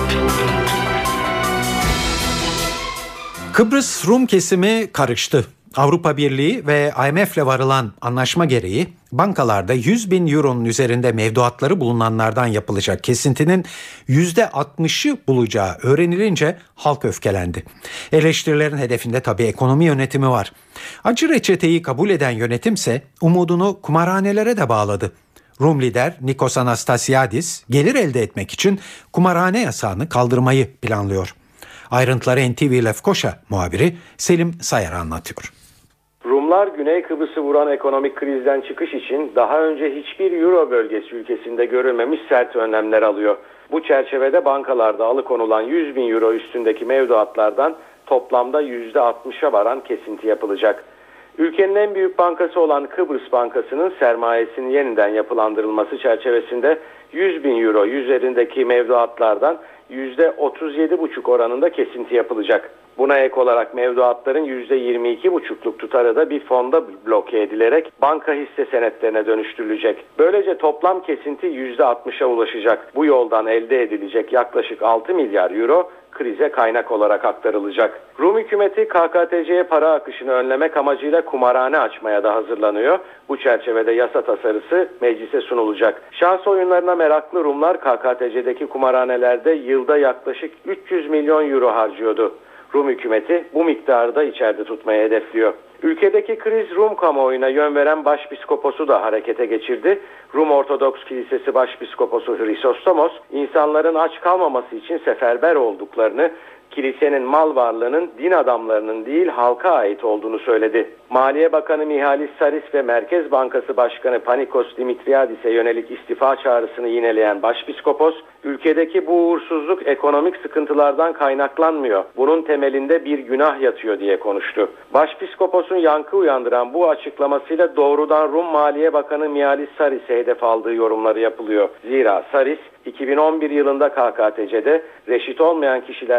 Kıbrıs Rum kesimi karıştı. Avrupa Birliği ve I M F'le varılan anlaşma gereği bankalarda yüz bin euronun üzerinde mevduatları bulunanlardan yapılacak kesintinin yüzde altmışı bulacağı öğrenilince halk öfkelendi. Eleştirilerin hedefinde tabii ekonomi yönetimi var. Acı reçeteyi kabul eden yönetimse umudunu kumarhanelere de bağladı. Rum lider Nikos Anastasiadis gelir elde etmek için kumarhane yasağını kaldırmayı planlıyor. Ayrıntıları N T V Lefkoşa muhabiri Selim Sayar anlatıyor. Rumlar Güney Kıbrıs'ı vuran ekonomik krizden çıkış için daha önce hiçbir Euro bölgesi ülkesinde görülmemiş sert önlemler alıyor. Bu çerçevede bankalarda alıkonulan yüz bin euro üstündeki mevduatlardan toplamda yüzde altmışa varan kesinti yapılacak. Ülkenin en büyük bankası olan Kıbrıs Bankası'nın sermayesinin yeniden yapılandırılması çerçevesinde yüz bin euro üzerindeki mevduatlardan yüzde otuz yedi buçuk oranında kesinti yapılacak. Buna ek olarak mevduatların yüzde yirmi iki buçukluk tutarı da bir fonda bloke edilerek banka hisse senetlerine dönüştürülecek. Böylece toplam kesinti yüzde altmışa ulaşacak. Bu yoldan elde edilecek yaklaşık altı milyar euro krize kaynak olarak aktarılacak. Rum hükümeti K K T C'ye para akışını önlemek amacıyla kumarhane açmaya da hazırlanıyor. Bu çerçevede yasa tasarısı meclise sunulacak. Şans oyunlarına meraklı Rumlar K K T C'deki kumarhanelerde yılda yaklaşık üç yüz milyon euro harcıyordu. Rum hükümeti bu miktarı da içeride tutmayı hedefliyor. Ülkedeki kriz Rum kamuoyuna yön veren Başpiskoposu da harekete geçirdi. Rum Ortodoks Kilisesi Başpiskoposu Hristostomos, insanların aç kalmaması için seferber olduklarını, kilisenin mal varlığının din adamlarının değil halka ait olduğunu söyledi. Maliye Bakanı Mihalis Saris ve Merkez Bankası Başkanı Panikos Dimitriadis'e yönelik istifa çağrısını yineleyen Başpiskopos, ülkedeki bu uğursuzluk ekonomik sıkıntılardan kaynaklanmıyor, bunun temelinde bir günah yatıyor diye konuştu. Başpiskopos'un yankı uyandıran bu açıklamasıyla doğrudan Rum Maliye Bakanı Mihalis Saris'e hedef aldığı yorumları yapılıyor. Zira Saris, iki bin on bir yılında K K T C'de reşit olmayan kişilerle eş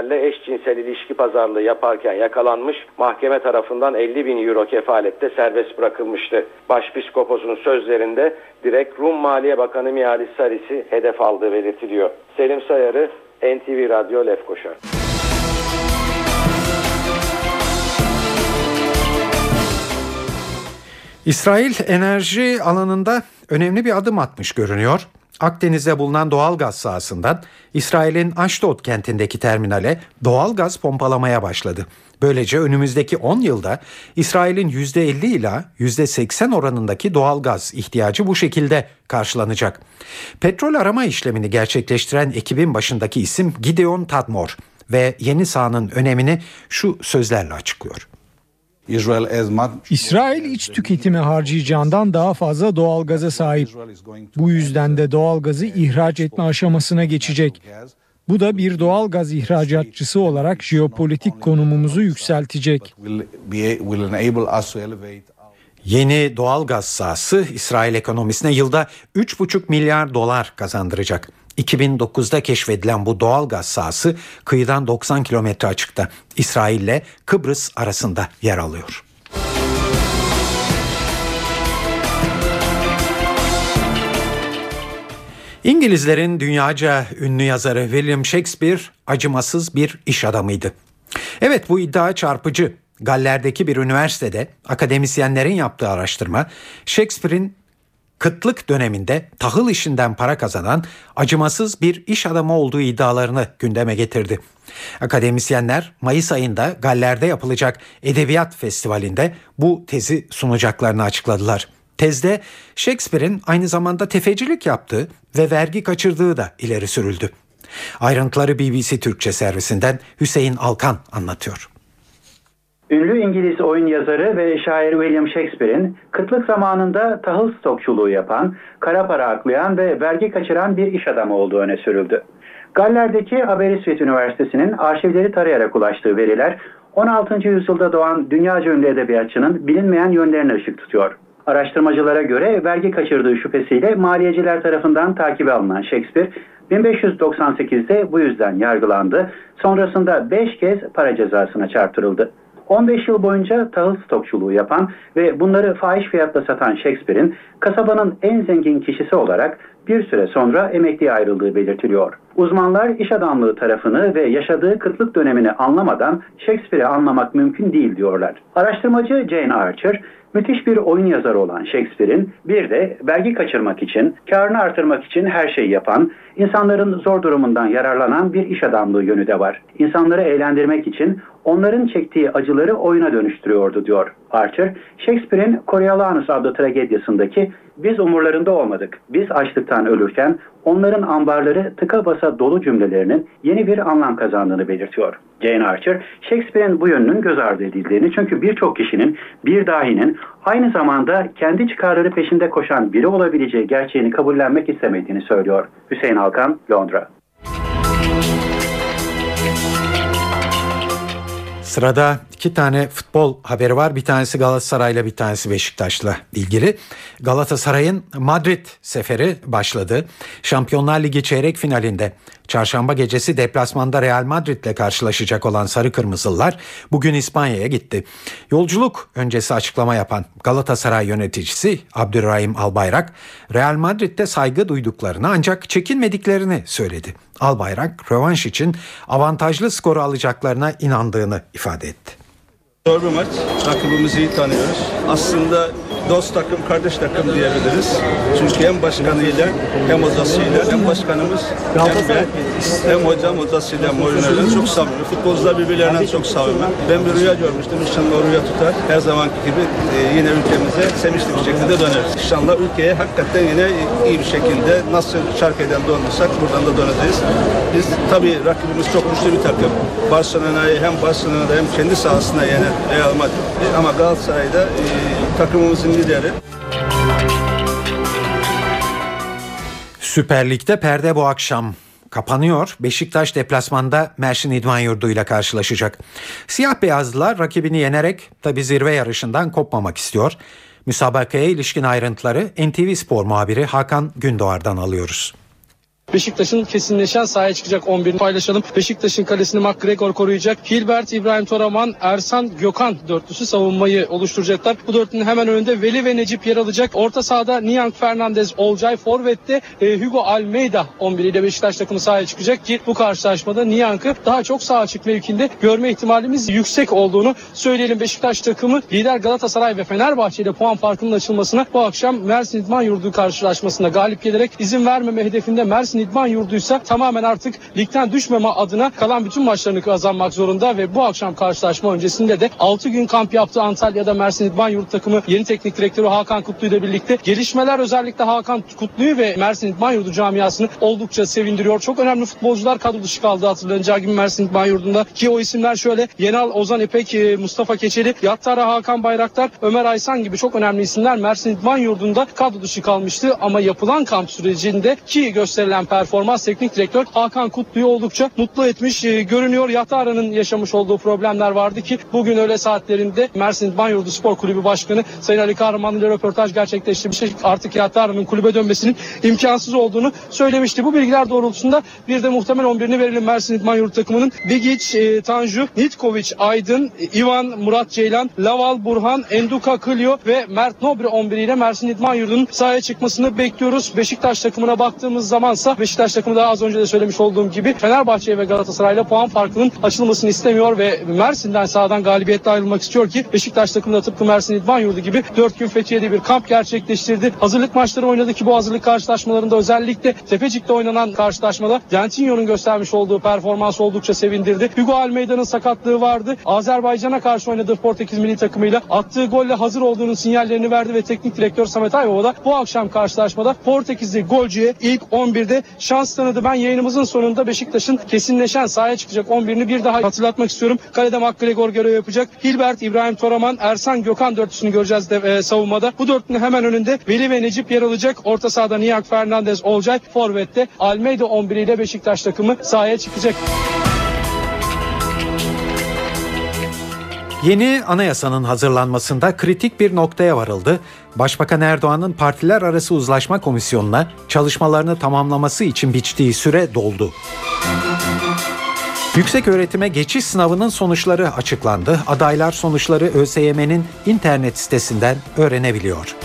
eşcinsel ilişki pazarlığı yaparken yakalanmış, mahkeme tarafından elli bin euro kefalette serbest bırakılmıştı. Başpiskoposun sözlerinde direkt Rum Maliye Bakanı Mihalis Saris'i hedef aldığı belirtiliyor. Selim Sayarı, N T V Radyo, Lefkoşa. İsrail enerji alanında önemli bir adım atmış görünüyor. Akdeniz'de bulunan doğal gaz sahasından İsrail'in Ashdod kentindeki terminale doğal gaz pompalamaya başladı. Böylece önümüzdeki on yılda İsrail'in yüzde elli ila yüzde seksen oranındaki doğal gaz ihtiyacı bu şekilde karşılanacak. Petrol arama işlemini gerçekleştiren ekibin başındaki isim Gideon Tadmor ve yeni sahanın önemini şu sözlerle açıklıyor. İsrail iç tüketimi harcayacağından daha fazla doğal gaza sahip. Bu yüzden de doğal gazı ihraç etme aşamasına geçecek. Bu da bir doğal gaz ihracatçısı olarak jeopolitik konumumuzu yükseltecek. Yeni doğal gaz sahası İsrail ekonomisine yılda üç buçuk milyar dolar kazandıracak. iki bin dokuzda keşfedilen bu doğal gaz sahası kıyıdan doksan kilometre açıkta. İsrail ile Kıbrıs arasında yer alıyor. İngilizlerin dünyaca ünlü yazarı William Shakespeare acımasız bir iş adamıydı. Evet, bu iddia çarpıcı. Galler'deki bir üniversitede akademisyenlerin yaptığı araştırma Shakespeare'in kıtlık döneminde tahıl işinden para kazanan acımasız bir iş adamı olduğu iddialarını gündeme getirdi. Akademisyenler Mayıs ayında Galler'de yapılacak Edebiyat Festivali'nde bu tezi sunacaklarını açıkladılar. Tezde Shakespeare'in aynı zamanda tefecilik yaptığı ve vergi kaçırdığı da ileri sürüldü. Ayrıntıları B B C Türkçe servisinden Hüseyin Alkan anlatıyor. Ünlü İngiliz oyun yazarı ve şair William Shakespeare'in kıtlık zamanında tahıl stokçuluğu yapan, kara para aklayan ve vergi kaçıran bir iş adamı olduğu öne sürüldü. Galler'deki Aberystwyth Üniversitesi'nin arşivleri tarayarak ulaştığı veriler, on altıncı yüzyılda doğan dünyaca ünlü edebiyatçının bilinmeyen yönlerine ışık tutuyor. Araştırmacılara göre vergi kaçırdığı şüphesiyle maliyeciler tarafından takibe alınan Shakespeare, bin beş yüz doksan sekizde bu yüzden yargılandı. Sonrasında beş kez para cezasına çarptırıldı. on beş yıl boyunca tahıl stokçuluğu yapan ve bunları fahiş fiyatla satan Shakespeare'in kasabanın en zengin kişisi olarak bir süre sonra emekliye ayrıldığı belirtiliyor. Uzmanlar iş adamlığı tarafını ve yaşadığı kıtlık dönemini anlamadan Shakespeare'i anlamak mümkün değil diyorlar. Araştırmacı Jane Archer, müthiş bir oyun yazarı olan Shakespeare'in bir de vergi kaçırmak için, karını artırmak için her şeyi yapan, insanların zor durumundan yararlanan bir iş adamlığı yönü de var. İnsanları eğlendirmek için onların çektiği acıları oyuna dönüştürüyordu diyor Archer. Shakespeare'in Coriolanus adlı tragedyasındaki "Biz umurlarında olmadık, biz açlıktan ölürken onların ambarları tıka basa dolu" cümlelerinin yeni bir anlam kazandığını belirtiyor. Jane Archer, Shakespeare'in bu yönünün göz ardı edildiğini, çünkü birçok kişinin, bir dahinin aynı zamanda kendi çıkarları peşinde koşan biri olabileceği gerçeğini kabullenmek istemediğini söylüyor. Hüseyin Alkan, Londra. Sırada iki tane futbol haberi var. Bir tanesi Galatasaray'la, bir tanesi Beşiktaş'la ilgili. Galatasaray'ın Madrid seferi başladı. Şampiyonlar Ligi çeyrek finalinde çarşamba gecesi deplasmanda Real Madrid'le karşılaşacak olan Sarı Kırmızılılar bugün İspanya'ya gitti. Yolculuk öncesi açıklama yapan Galatasaray yöneticisi Abdurrahim Albayrak, Real Madrid'de saygı duyduklarını ancak çekinmediklerini söyledi. Albayrak, rövanş için avantajlı skoru alacaklarına inandığını ifade etti. Zor bir maç. Rakibimizi iyi tanıyoruz. Aslında dost takım, kardeş takım diyebiliriz. Çünkü hem başkanıyla hem hocasıyla, hem başkanımız hem ben, hem hocam hocasıyla hem oyuncularla çok samimi. Futbolcular birbirlerinden çok samimi. Ben bir rüya görmüştüm. İnşallah o rüya tutar. Her zamanki gibi e, yine ülkemize sevinçli bir şekilde döneriz. İnşallah ülkeye hakikaten yine iyi bir şekilde nasıl Çarköy'den dönmüşsek buradan da döneceğiz. Biz tabii rakibimiz çok güçlü bir takım. Barcelona'yı hem Barcelona'da hem kendi sahasında yenen Real Madrid. Ama Galatasaray'da e, takımımızın lideri. Süper Lig'de perde bu akşam kapanıyor. Beşiktaş deplasmanda Mersin İdman Yurdu ile karşılaşacak. Siyah beyazlılar rakibini yenerek tabii zirve yarışından kopmamak istiyor. Müsabakaya ilişkin ayrıntıları N T V Spor muhabiri Hakan Gündoğar'dan alıyoruz. Beşiktaş'ın kesinleşen sahaya çıkacak on birini paylaşalım. Beşiktaş'ın kalesini McGregor koruyacak. Hilbert, İbrahim Toraman, Ersan, Gökhan dörtlüsü savunmayı oluşturacaklar. Bu dörtlünün hemen önünde Veli ve Necip yer alacak. Orta sahada Niang Fernandez, Olcay, Forvet'te e, Hugo Almeida on bir ile Beşiktaş takımı sahaya çıkacak ki bu karşılaşmada Niang'ı daha çok sağ açık mevkinde görme ihtimalimiz yüksek olduğunu söyleyelim. Beşiktaş takımı lider Galatasaray ve Fenerbahçe ile puan farkının açılmasına bu akşam Mersin İdman Yurdu karşılaşmasında galip gelerek izin vermeme hedefinde. Mersin İdman Yurdu'ysa tamamen artık ligden düşmeme adına kalan bütün maçlarını kazanmak zorunda ve bu akşam karşılaşma öncesinde de altı gün kamp yaptı Antalya'da Mersin İdman Yurdu takımı yeni teknik direktörü Hakan Kutlu ile birlikte. Gelişmeler özellikle Hakan Kutlu'yu ve Mersin İdman Yurdu camiasını oldukça sevindiriyor. Çok önemli futbolcular kadro dışı kaldı hatırlanacağı gibi Mersin İdman Yurdu'nda ki o isimler şöyle: Yenal, Ozan İpek, Mustafa Keçeli, Yattara, Hakan Bayraktar, Ömer Aysan gibi çok önemli isimler Mersin İdman Yurdu'nda kadro dışı kalmıştı ama yapılan kamp sürecinde ki gösterilen performans teknik direktör Hakan Kutlu'yu oldukça mutlu etmiş e, görünüyor. Yattara'nın yaşamış olduğu problemler vardı ki bugün öğle saatlerinde Mersin İdman Yurdu Spor Kulübü Başkanı Sayın Ali Kahramanlı ile röportaj gerçekleştirmiş. Artık Yattara'nın kulübe dönmesinin imkansız olduğunu söylemişti. Bu bilgiler doğrultusunda bir de muhtemel on birini verelim Mersin İdman Yurdu takımının. Bigic, e, Tanju, Nitkovic, Aydın, Ivan, Murat Ceylan, Laval, Burhan, Enduka, Clio ve Mert Nobre on bir ile Mersin İdman Yurdu'nun sahaya çıkmasını bekliyoruz. Beşiktaş takımına baktığımız zamansa Beşiktaş takımı daha az önce de söylemiş olduğum gibi Fenerbahçe ve Galatasaray'la puan farkının açılmasını istemiyor ve Mersin'den sahadan galibiyetle ayrılmak istiyor ki Beşiktaş takımı da tıpkı Mersin İdman Yurdu gibi dört gün Fethiye'de bir kamp gerçekleştirdi. Hazırlık maçları oynadı ki bu hazırlık karşılaşmalarında özellikle Tepecik'te oynanan karşılaşmada Gentinho'nun göstermiş olduğu performans oldukça sevindirdi. Hugo Almeida'nın sakatlığı vardı. Azerbaycan'a karşı oynadığı Portekiz milli takımıyla attığı golle hazır olduğunun sinyallerini verdi ve teknik direktör Samet Aybaba da bu akşam karşılaşmada Portekizli golcüye ilk on birde şans tanıdı. Ben yayınımızın sonunda Beşiktaş'ın kesinleşen sahaya çıkacak on birini bir daha hatırlatmak istiyorum. Kalede McGregor görev yapacak. Hilbert, İbrahim Toraman, Ersan, Gökhan dörtlüsünü göreceğiz de, e, savunmada. Bu dörtlünün hemen önünde Veli ve Necip yer alacak. Orta sahada Niang Fernandez, Olcay, Forvet'te Almeida on bir ile Beşiktaş takımı sahaya çıkacak. Yeni anayasanın hazırlanmasında kritik bir noktaya varıldı. Başbakan Erdoğan'ın partiler arası uzlaşma komisyonuna çalışmalarını tamamlaması için biçtiği süre doldu. Yükseköğretime geçiş sınavının sonuçları açıklandı. Adaylar sonuçları ÖSYM'nin internet sitesinden öğrenebiliyor.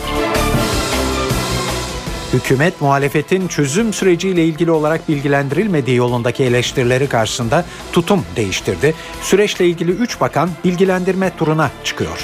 Hükümet muhalefetin çözüm süreciyle ilgili olarak bilgilendirilmediği yolundaki eleştirileri karşısında tutum değiştirdi. Süreçle ilgili üç bakan bilgilendirme turuna çıkıyor.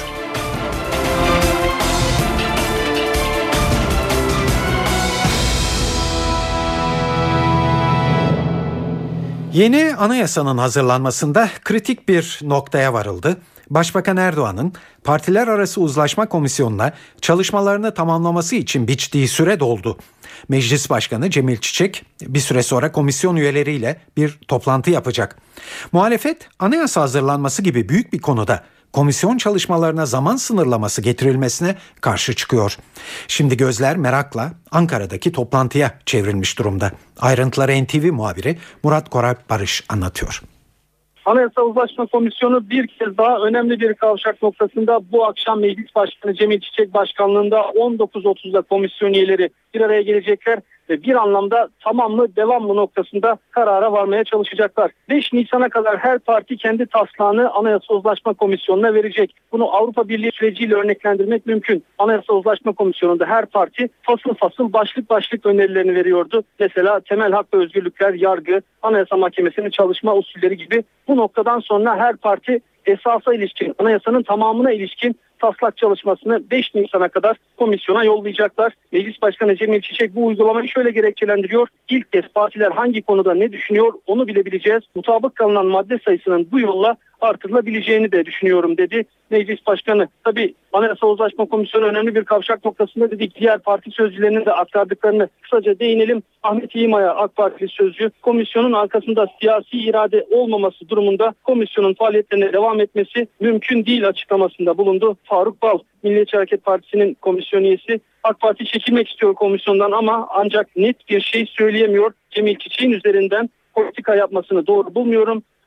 Yeni anayasanın hazırlanmasında kritik bir noktaya varıldı. Başbakan Erdoğan'ın partiler arası uzlaşma komisyonuna çalışmalarını tamamlaması için biçtiği süre doldu. Meclis Başkanı Cemil Çiçek bir süre sonra komisyon üyeleriyle bir toplantı yapacak. Muhalefet anayasa hazırlanması gibi büyük bir konuda komisyon çalışmalarına zaman sınırlaması getirilmesine karşı çıkıyor. Şimdi gözler merakla Ankara'daki toplantıya çevrilmiş durumda. Ayrıntıları N T V muhabiri Murat Koray Barış anlatıyor. Anayasa Uzlaşma Komisyonu bir kez daha önemli bir kavşak noktasında bu akşam Meclis Başkanı Cemil Çiçek başkanlığında on dokuz otuzda komisyon üyeleri bir araya gelecekler ve bir anlamda tamam mı devam mı noktasında karara varmaya çalışacaklar. beş Nisan'a kadar her parti kendi taslağını Anayasa Uzlaşma Komisyonu'na verecek. Bunu Avrupa Birliği süreciyle örneklendirmek mümkün. Anayasa Uzlaşma Komisyonu'nda her parti fasıl fasıl başlık başlık önerilerini veriyordu. Mesela temel hak ve özgürlükler, yargı, Anayasa Mahkemesi'nin çalışma usulleri gibi. Bu noktadan sonra her parti esasa ilişkin, anayasanın tamamına ilişkin taslak çalışmasını beş Nisan'a kadar komisyona yollayacaklar. Meclis Başkanı Cemil Çiçek bu uygulamayı şöyle gerekçelendiriyor. İlk kez partiler hangi konuda ne düşünüyor onu bilebileceğiz. Mutabık kalınan madde sayısının bu yolla artırılabileceğini de düşünüyorum dedi Meclis Başkanı. Tabii Anayasa Uzlaşma Komisyonu önemli bir kavşak noktasında dedik. Diğer parti sözcülerinin de aktardıklarını kısaca değinelim. Ahmet İğmaya AK Partili sözcü, komisyonun arkasında siyasi irade olmaması durumunda komisyonun faaliyetlerine devam etmesi mümkün değil açıklamasında bulundu. Faruk Bal, Milliyetçi Hareket Partisi'nin komisyon üyesi, AK Parti çekilmek istiyor komisyondan ama ancak net bir şey söyleyemiyor. Cemil Çiçek'in üzerinden politika yapmasını doğru bulmuyorum.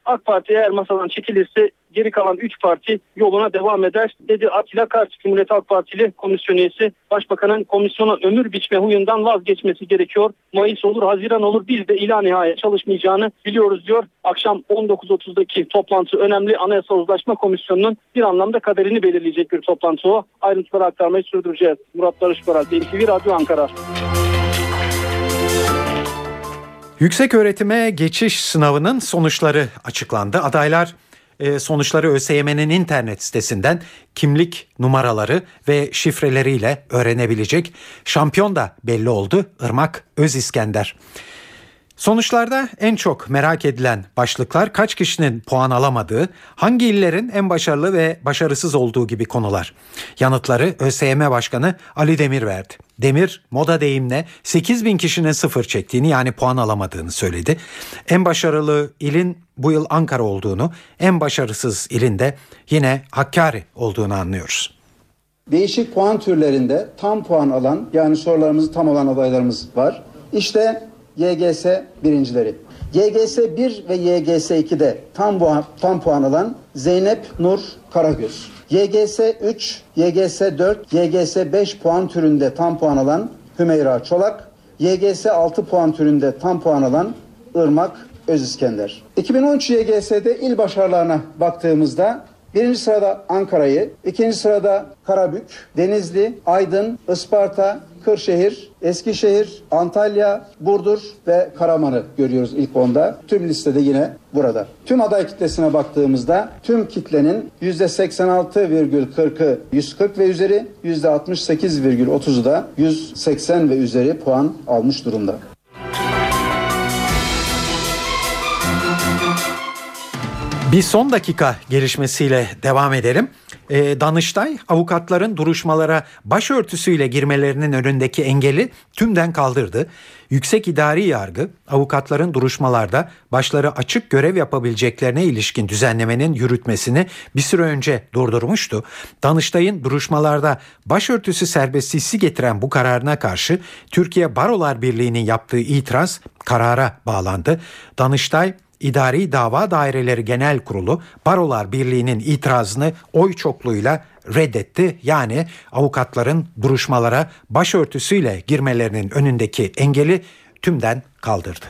AK Parti eğer masadan çekilirse geri kalan üç parti yoluna devam eder dedi Atilla Kart, Cumhuriyet Halk Partili komisyon üyesi. Başbakanın komisyona ömür biçme huyundan vazgeçmesi gerekiyor. Mayıs olur, Haziran olur, biz de ila nihaya çalışmayacağını biliyoruz diyor. Akşam on dokuz otuzdaki toplantı önemli. Anayasal Uzlaşma Komisyonu'nun bir anlamda kaderini belirleyecek bir toplantı o. Ayrıntıları aktarmayı sürdüreceğiz. Murat Barışbaral, N T V Radyo Ankara. Yükseköğretime geçiş sınavının sonuçları açıklandı. Adaylar e, sonuçları ÖSYM'nin internet sitesinden kimlik numaraları ve şifreleriyle öğrenebilecek. Şampiyon da belli oldu. Irmak Öziskender. Sonuçlarda en çok merak edilen başlıklar kaç kişinin puan alamadığı, hangi illerin en başarılı ve başarısız olduğu gibi konular. Yanıtları ÖSYM Başkanı Ali Demir verdi. Demir, moda deyimle sekiz bin kişinin sıfır çektiğini, yani puan alamadığını söyledi. En başarılı ilin bu yıl Ankara olduğunu, en başarısız ilin de yine Hakkari olduğunu anlıyoruz. Değişik puan türlerinde tam puan alan, yani sorularımızı tam olan adaylarımız var. İşte Y G S birincileri. Y G S bir ve Y G S iki'de tam puan, tam puan alan Zeynep Nur Karagöz. Y G S üç, Y G S dört, Y G S beş puan türünde tam puan alan Hümeyra Çolak. Y G S altı puan türünde tam puan alan Irmak Öziskender. iki bin on üç Y G S'de il başarılarına baktığımızda birinci sırada Ankara'yı, ikinci sırada Karabük, Denizli, Aydın, Isparta, Kırşehir, Eskişehir, Antalya, Burdur ve Karaman'ı görüyoruz ilk onda. Tüm listede yine burada. Tüm aday kitlesine baktığımızda tüm kitlenin yüzde seksen altı virgül kırk'ı yüz kırk ve üzeri, yüzde altmış sekiz virgül otuz'u da yüz seksen ve üzeri puan almış durumda. Bir son dakika gelişmesiyle devam edelim. E, Danıştay, avukatların duruşmalara başörtüsüyle girmelerinin önündeki engeli tümden kaldırdı. Yüksek İdari Yargı, avukatların duruşmalarda başları açık görev yapabileceklerine ilişkin düzenlemenin yürütmesini bir süre önce durdurmuştu. Danıştay'ın duruşmalarda başörtüsü serbestisi getiren bu kararına karşı Türkiye Barolar Birliği'nin yaptığı itiraz karara bağlandı. Danıştay, İdari Dava Daireleri Genel Kurulu Barolar Birliği'nin itirazını oy çokluğuyla reddetti. Yani avukatların duruşmalara başörtüsüyle girmelerinin önündeki engeli tümden kaldırdı.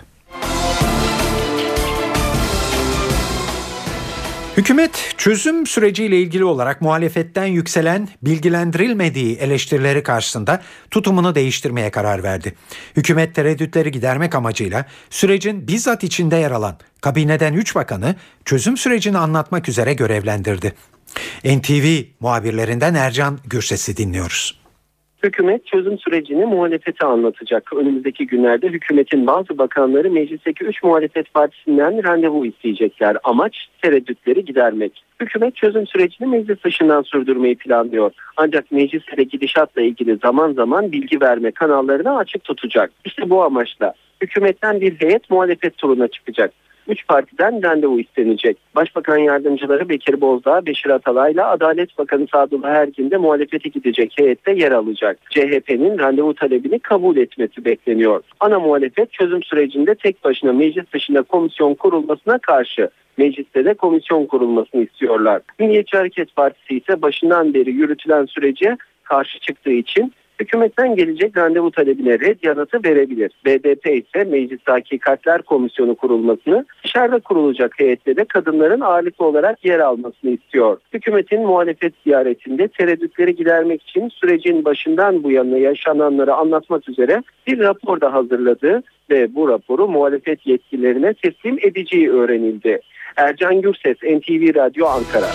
Hükümet çözüm süreciyle ilgili olarak muhalefetten yükselen bilgilendirilmediği eleştirileri karşısında tutumunu değiştirmeye karar verdi. Hükümet tereddütleri gidermek amacıyla sürecin bizzat içinde yer alan kabineden üç bakanı çözüm sürecini anlatmak üzere görevlendirdi. N T V muhabirlerinden Ercan Gürses'i dinliyoruz. Hükümet çözüm sürecini muhalefete anlatacak. Önümüzdeki günlerde hükümetin bazı bakanları meclisteki üç muhalefet partisinden randevu isteyecekler. Amaç tereddütleri gidermek. Hükümet çözüm sürecini meclis dışından sürdürmeyi planlıyor. Ancak mecliste gidişatla ilgili zaman zaman bilgi verme kanallarını açık tutacak. İşte bu amaçla hükümetten bir heyet muhalefet turuna çıkacak. Üç partiden randevu istenecek. Başbakan yardımcıları Bekir Bozdağ, Beşir Atalay ile Adalet Bakanı Sadullah Ergin de muhalefete gidecek heyette yer alacak. C H P'nin randevu talebini kabul etmesi bekleniyor. Ana muhalefet çözüm sürecinde tek başına meclis dışında komisyon kurulmasına karşı. Mecliste de komisyon kurulmasını istiyorlar. Milliyetçi Hareket Partisi ise başından beri yürütülen sürece karşı çıktığı için hükümetten gelecek randevu talebine red yanıtı verebilir. B D P ise Meclis Hakikatler Komisyonu kurulmasını, dışarıda kurulacak heyette de kadınların ağırlıklı olarak yer almasını istiyor. Hükümetin muhalefet ziyaretinde tereddütleri gidermek için sürecin başından bu yana yaşananları anlatmak üzere bir rapor da hazırladı ve bu raporu muhalefet yetkililerine teslim edeceği öğrenildi. Ercan Gürses, N T V Radyo Ankara.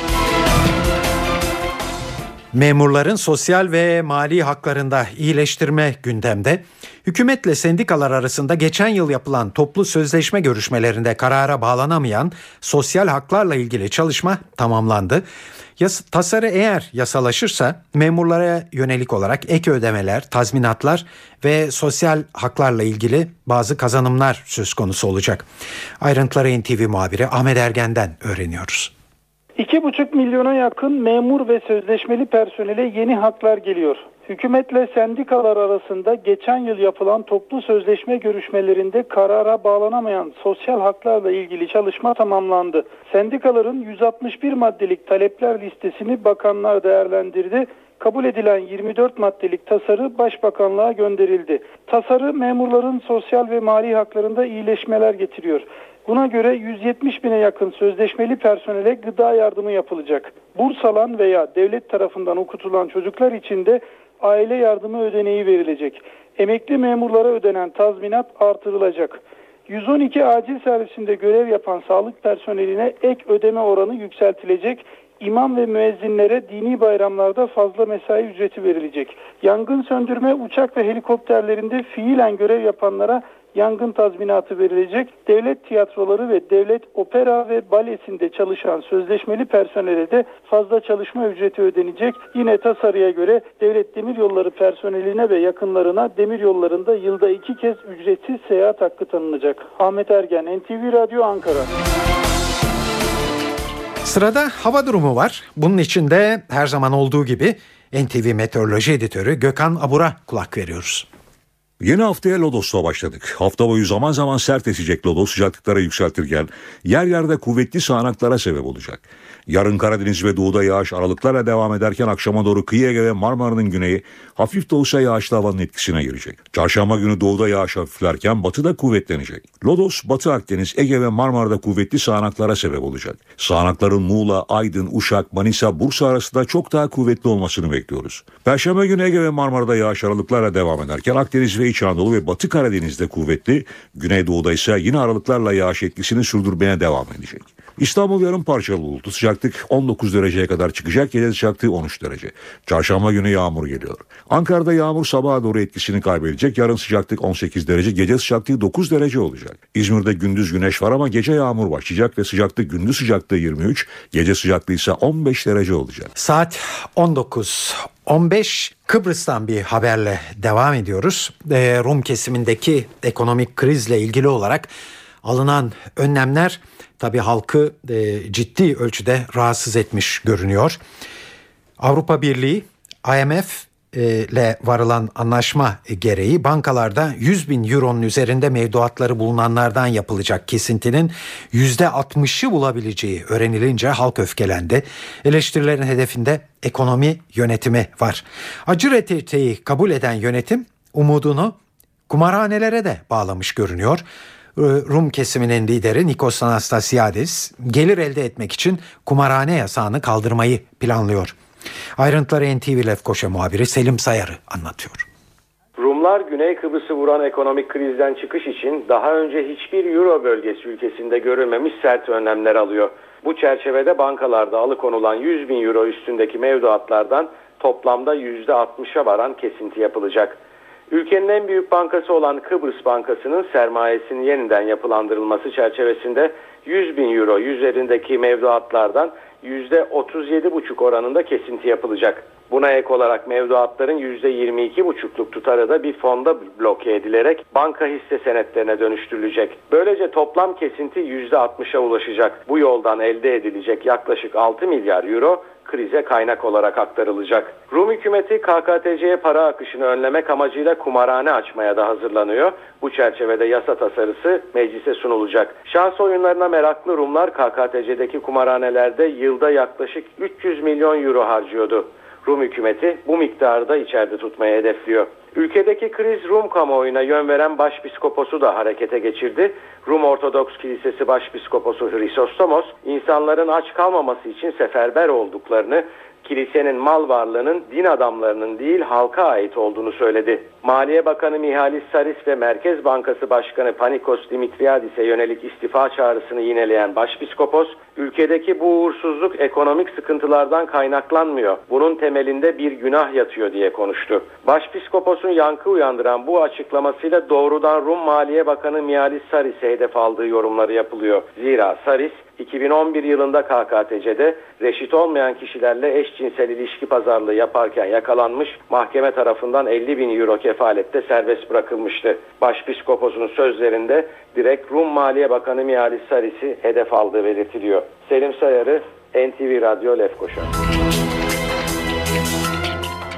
Memurların sosyal ve mali haklarında iyileştirme gündemde. Hükümetle sendikalar arasında geçen yıl yapılan toplu sözleşme görüşmelerinde karara bağlanamayan sosyal haklarla ilgili çalışma tamamlandı. Yas- tasarı eğer yasalaşırsa memurlara yönelik olarak ek ödemeler, tazminatlar ve sosyal haklarla ilgili bazı kazanımlar söz konusu olacak. Ayrıntıları N T V muhabiri Ahmet Ergen'den öğreniyoruz. iki buçuk milyona yakın memur ve sözleşmeli personele yeni haklar geliyor. Hükümetle sendikalar arasında geçen yıl yapılan toplu sözleşme görüşmelerinde karara bağlanamayan sosyal haklarla ilgili çalışma tamamlandı. Sendikaların yüz altmış bir maddelik talepler listesini bakanlar değerlendirdi. Kabul edilen yirmi dört maddelik tasarı Başbakanlığa gönderildi. Tasarı memurların sosyal ve mali haklarında iyileşmeler getiriyor. Buna göre yüz yetmiş bine yakın sözleşmeli personele gıda yardımı yapılacak. Burs alan veya devlet tarafından okutulan çocuklar için de aile yardımı ödeneği verilecek. Emekli memurlara ödenen tazminat artırılacak. yüz on iki acil servisinde görev yapan sağlık personeline ek ödeme oranı yükseltilecek. İmam ve müezzinlere dini bayramlarda fazla mesai ücreti verilecek. Yangın söndürme uçak ve helikopterlerinde fiilen görev yapanlara yangın tazminatı verilecek. Devlet tiyatroları ve devlet opera ve balesinde çalışan sözleşmeli personele de fazla çalışma ücreti ödenecek. Yine tasarıya göre devlet demiryolları personeline ve yakınlarına demiryollarında yılda iki kez ücretsiz seyahat hakkı tanınacak. Ahmet Ergen, N T V Radyo, Ankara. Sırada hava durumu var. Bunun için de her zaman olduğu gibi N T V Meteoroloji Editörü Gökhan Abur'a kulak veriyoruz. Yeni haftaya Lodos'la başladık. Hafta boyu zaman zaman sert esecek lodos sıcaklıkları yükseltirken yer yerde kuvvetli sağanaklara sebep olacak. Yarın Karadeniz ve doğuda yağış aralıklarla devam ederken akşama doğru kıyı Ege ve Marmara'nın güneyi hafif de olsa yağışlı havanın etkisine girecek. Çarşamba günü doğuda yağış hafiflerken batıda kuvvetlenecek. Lodos, Batı Akdeniz, Ege ve Marmara'da kuvvetli sağanaklara sebep olacak. Sağanakların Muğla, Aydın, Uşak, Manisa, Bursa arasında çok daha kuvvetli olmasını bekliyoruz. Perşembe günü Ege ve Marmara'da yağış aralıklarla devam ederken Akdeniz ve İç Anadolu ve Batı Karadeniz'de kuvvetli, Güneydoğu'da ise yine aralıklarla yağış etkisini sürdürmeye devam edecek. İstanbul yarın parçalı bulutlu, sıcaklık on dokuz dereceye kadar çıkacak, gece sıcaklığı on üç derece. Çarşamba günü yağmur geliyor. Ankara'da yağmur sabaha doğru etkisini kaybedecek, yarın sıcaklık on sekiz derece, gece sıcaklığı dokuz derece olacak. İzmir'de gündüz güneş var ama gece yağmur başlayacak ve sıcaklık gündüz sıcaklığı yirmi üç, gece sıcaklığı ise on beş derece olacak. Saat on dokuz on beş. Kıbrıs'tan bir haberle devam ediyoruz. Ee, Rum kesimindeki ekonomik krizle ilgili olarak alınan önlemler tabii halkı e, ciddi ölçüde rahatsız etmiş görünüyor. Avrupa Birliği, I M F ile varılan anlaşma gereği bankalarda yüz bin euronun üzerinde mevduatları bulunanlardan yapılacak kesintinin yüzde altmışı bulabileceği öğrenilince halk öfkelendi. Eleştirilerin hedefinde ekonomi yönetimi var. Acı reçeteyi kabul eden yönetim umudunu kumarhanelere de bağlamış görünüyor. Rum kesiminin lideri Nikos Anastasiadis gelir elde etmek için kumarhane yasağını kaldırmayı planlıyor. Ayrıntıları N T V Lefkoşa muhabiri Selim Sayarı anlatıyor. Rumlar Güney Kıbrıs'ı vuran ekonomik krizden çıkış için daha önce hiçbir Euro bölgesi ülkesinde görülmemiş sert önlemler alıyor. Bu çerçevede bankalarda alıkonulan yüz bin euro üstündeki mevduatlardan toplamda yüzde altmışa varan kesinti yapılacak. Ülkenin en büyük bankası olan Kıbrıs Bankası'nın sermayesinin yeniden yapılandırılması çerçevesinde yüz bin euro üzerindeki mevduatlardan yüzde otuz yedi buçuk oranında kesinti yapılacak. Buna ek olarak mevduatların yüzde yirmi iki buçukluk tutarı da bir fonda bloke edilerek banka hisse senetlerine dönüştürülecek. Böylece toplam kesinti yüzde altmışa ulaşacak. Bu yoldan elde edilecek yaklaşık altı milyar euro krize kaynak olarak aktarılacak. Rum hükümeti K K T C'ye para akışını önlemek amacıyla kumarhane açmaya da hazırlanıyor. Bu çerçevede yasa tasarısı meclise sunulacak. Şans oyunlarına meraklı Rumlar K K T C'deki kumarhanelerde yılda yaklaşık üç yüz milyon euro harcıyordu. Rum hükümeti bu miktarı da içeride tutmayı hedefliyor. Ülkedeki kriz Rum kamuoyuna yön veren Başpiskoposu da harekete geçirdi. Rum Ortodoks Kilisesi Başpiskoposu Hristostomos, insanların aç kalmaması için seferber olduklarını, kilisenin mal varlığının din adamlarının değil halka ait olduğunu söyledi. Maliye Bakanı Mihalis Saris ve Merkez Bankası Başkanı Panikos Dimitriadis'e yönelik istifa çağrısını yineleyen Başpiskopos, ülkedeki bu uğursuzluk ekonomik sıkıntılardan kaynaklanmıyor, bunun temelinde bir günah yatıyor diye konuştu. Başpiskopos'un yankı uyandıran bu açıklamasıyla doğrudan Rum Maliye Bakanı Mihalis Saris'e hedef aldığı yorumları yapılıyor. Zira Saris, iki bin on bir yılında K K T C'de reşit olmayan kişilerle eşcinsel ilişki pazarlığı yaparken yakalanmış, mahkeme tarafından elli bin euro kefalette serbest bırakılmıştı. Başpiskoposun sözlerinde direkt Rum Maliye Bakanı Mihalis Saris'i hedef aldığı belirtiliyor. Selim Sayarı, N T V Radyo, Lefkoşa.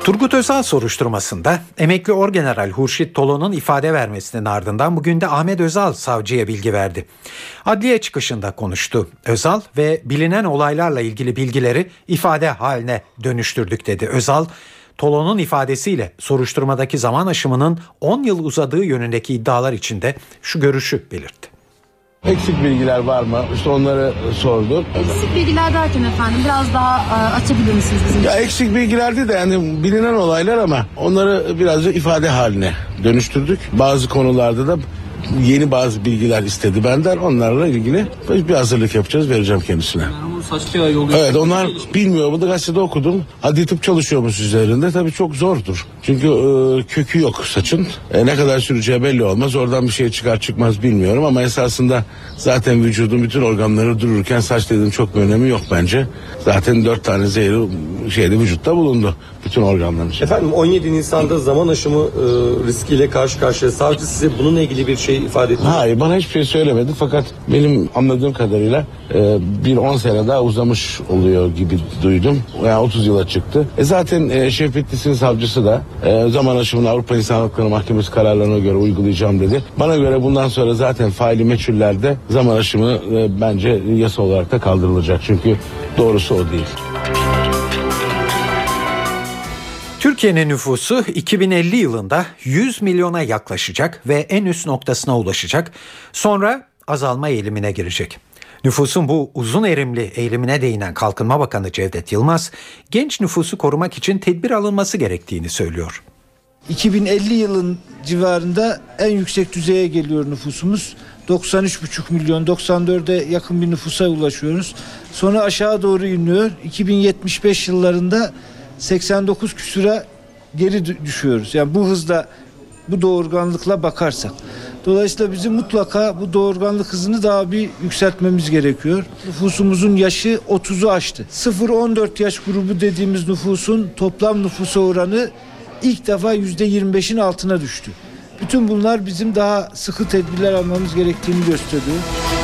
Turgut Özal soruşturmasında emekli Orgeneral Hurşit Tolo'nun ifade vermesinin ardından bugün de Ahmet Özal savcıya bilgi verdi. Adliye çıkışında konuştu Özal ve bilinen olaylarla ilgili bilgileri ifade haline dönüştürdük dedi. Özal, Tolo'nun ifadesiyle soruşturmadaki zaman aşımının on yıl uzadığı yönündeki iddialar içinde şu görüşü belirtti. Eksik bilgiler var mı? İşte onları sordum. Eksik bilgiler derken efendim biraz daha e, açabilir misiniz bizim için? Ya eksik bilgilerdi de yani bilinen olaylar ama onları birazcık ifade haline dönüştürdük. Bazı konularda da yeni bazı bilgiler istedi benden. Onlarla ilgili bir hazırlık yapacağız, vereceğim kendisine. Evet, onlar bilmiyor. Bunu da gazetede okudum. Adli tıp çalışıyormuş üzerinde. Tabii çok zordur. Çünkü e, kökü yok saçın. E, ne kadar süreceği belli olmaz. Oradan bir şey çıkar çıkmaz bilmiyorum ama esasında zaten vücudun bütün organları dururken saç dediğin çok bir önemi yok bence. Zaten dört tane zehri şeyde vücutta bulundu. Bütün organların için. Efendim on yedi Nisan'da zaman aşımı e, riskiyle karşı karşıya. Savcı size bununla ilgili bir şey ifade etti mi? Hayır, bana hiçbir şey söylemedi fakat benim anladığım kadarıyla e, bir on sene daha uzamış oluyor gibi duydum. Yani otuz yıla çıktı. E zaten e, Şevketlis'in savcısı da e, zaman aşımını Avrupa İnsan Hakları Mahkemesi kararlarına göre uygulayacağım dedi. Bana göre bundan sonra zaten faili meçhullerde zaman aşımı e, bence yasa olarak da kaldırılacak. Çünkü doğrusu o değil. Türkiye'nin nüfusu iki bin elli yılında yüz milyona yaklaşacak ve en üst noktasına ulaşacak. Sonra azalma eğilimine girecek. Nüfusun bu uzun erimli eğilimine değinen Kalkınma Bakanı Cevdet Yılmaz, genç nüfusu korumak için tedbir alınması gerektiğini söylüyor. iki bin elli yılın civarında en yüksek düzeye geliyor nüfusumuz. doksan üç buçuk milyon, doksan dörde yakın bir nüfusa ulaşıyoruz. Sonra aşağı doğru iniyor. iki bin yetmiş beş yıllarında seksen dokuz küsura geri düşüyoruz. Yani bu hızla, bu doğurganlıkla bakarsak. Dolayısıyla bizim mutlaka bu doğurganlık hızını daha bir yükseltmemiz gerekiyor. Nüfusumuzun yaşı otuzu aştı. sıfır on dört yaş grubu dediğimiz nüfusun toplam nüfusa oranı ilk defa yüzde yirmi beşin altına düştü. Bütün bunlar bizim daha sıkı tedbirler almamız gerektiğini gösteriyor.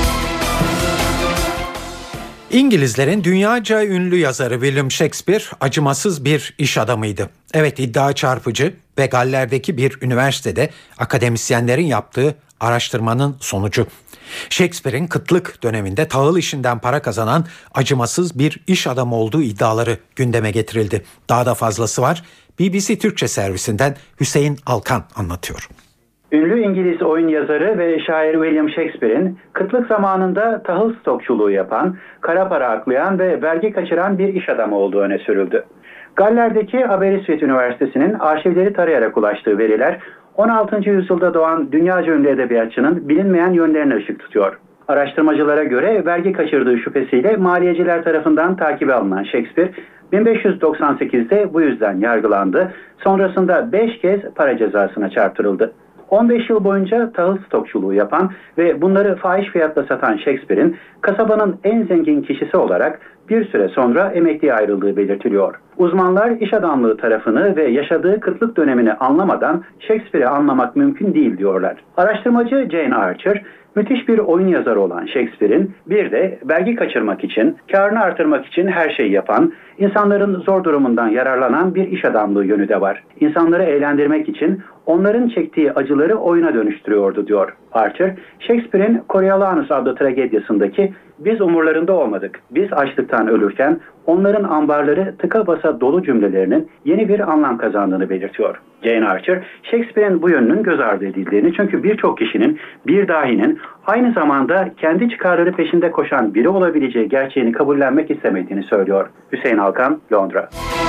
İngilizlerin dünyaca ünlü yazarı William Shakespeare acımasız bir iş adamıydı. Evet, iddia çarpıcı ve Galler'deki bir üniversitede akademisyenlerin yaptığı araştırmanın sonucu. Shakespeare'in kıtlık döneminde tahıl işinden para kazanan acımasız bir iş adamı olduğu iddiaları gündeme getirildi. Daha da fazlası var. B B C Türkçe servisinden Hüseyin Alkan anlatıyor. Ünlü İngiliz oyun yazarı ve şair William Shakespeare'in kıtlık zamanında tahıl stokçuluğu yapan, kara para aklayan ve vergi kaçıran bir iş adamı olduğu öne sürüldü. Galler'deki Aberystwyth Üniversitesi'nin arşivleri tarayarak ulaştığı veriler, on altıncı yüzyılda doğan dünyaca ünlü edebiyatçının bilinmeyen yönlerine ışık tutuyor. Araştırmacılara göre vergi kaçırdığı şüphesiyle maliyeciler tarafından takibe alınan Shakespeare, bin beş yüz doksan sekizde bu yüzden yargılandı. Sonrasında beş kez para cezasına çarptırıldı. on beş yıl boyunca tahıl stokçuluğu yapan ve bunları fahiş fiyatla satan Shakespeare'in kasabanın en zengin kişisi olarak bir süre sonra emekliye ayrıldığı belirtiliyor. Uzmanlar iş adamlığı tarafını ve yaşadığı kıtlık dönemini anlamadan Shakespeare'i anlamak mümkün değil diyorlar. Araştırmacı Jane Archer, müthiş bir oyun yazarı olan Shakespeare'in bir de vergi kaçırmak için, karını artırmak için her şeyi yapan, insanların zor durumundan yararlanan bir iş adamlığı yönü de var. İnsanları eğlendirmek için onların çektiği acıları oyuna dönüştürüyordu diyor Archer. Shakespeare'in Coriolanus adlı tragedyasındaki "Biz umurlarında olmadık, biz açlıktan ölürken onların ambarları tıka basa dolu" cümlelerinin yeni bir anlam kazandığını belirtiyor. Jane Archer, Shakespeare'in bu yönünün göz ardı edildiğini, çünkü birçok kişinin, bir dahinin aynı zamanda kendi çıkarları peşinde koşan biri olabileceği gerçeğini kabullenmek istemediğini söylüyor. Hüseyin Alkan, Londra.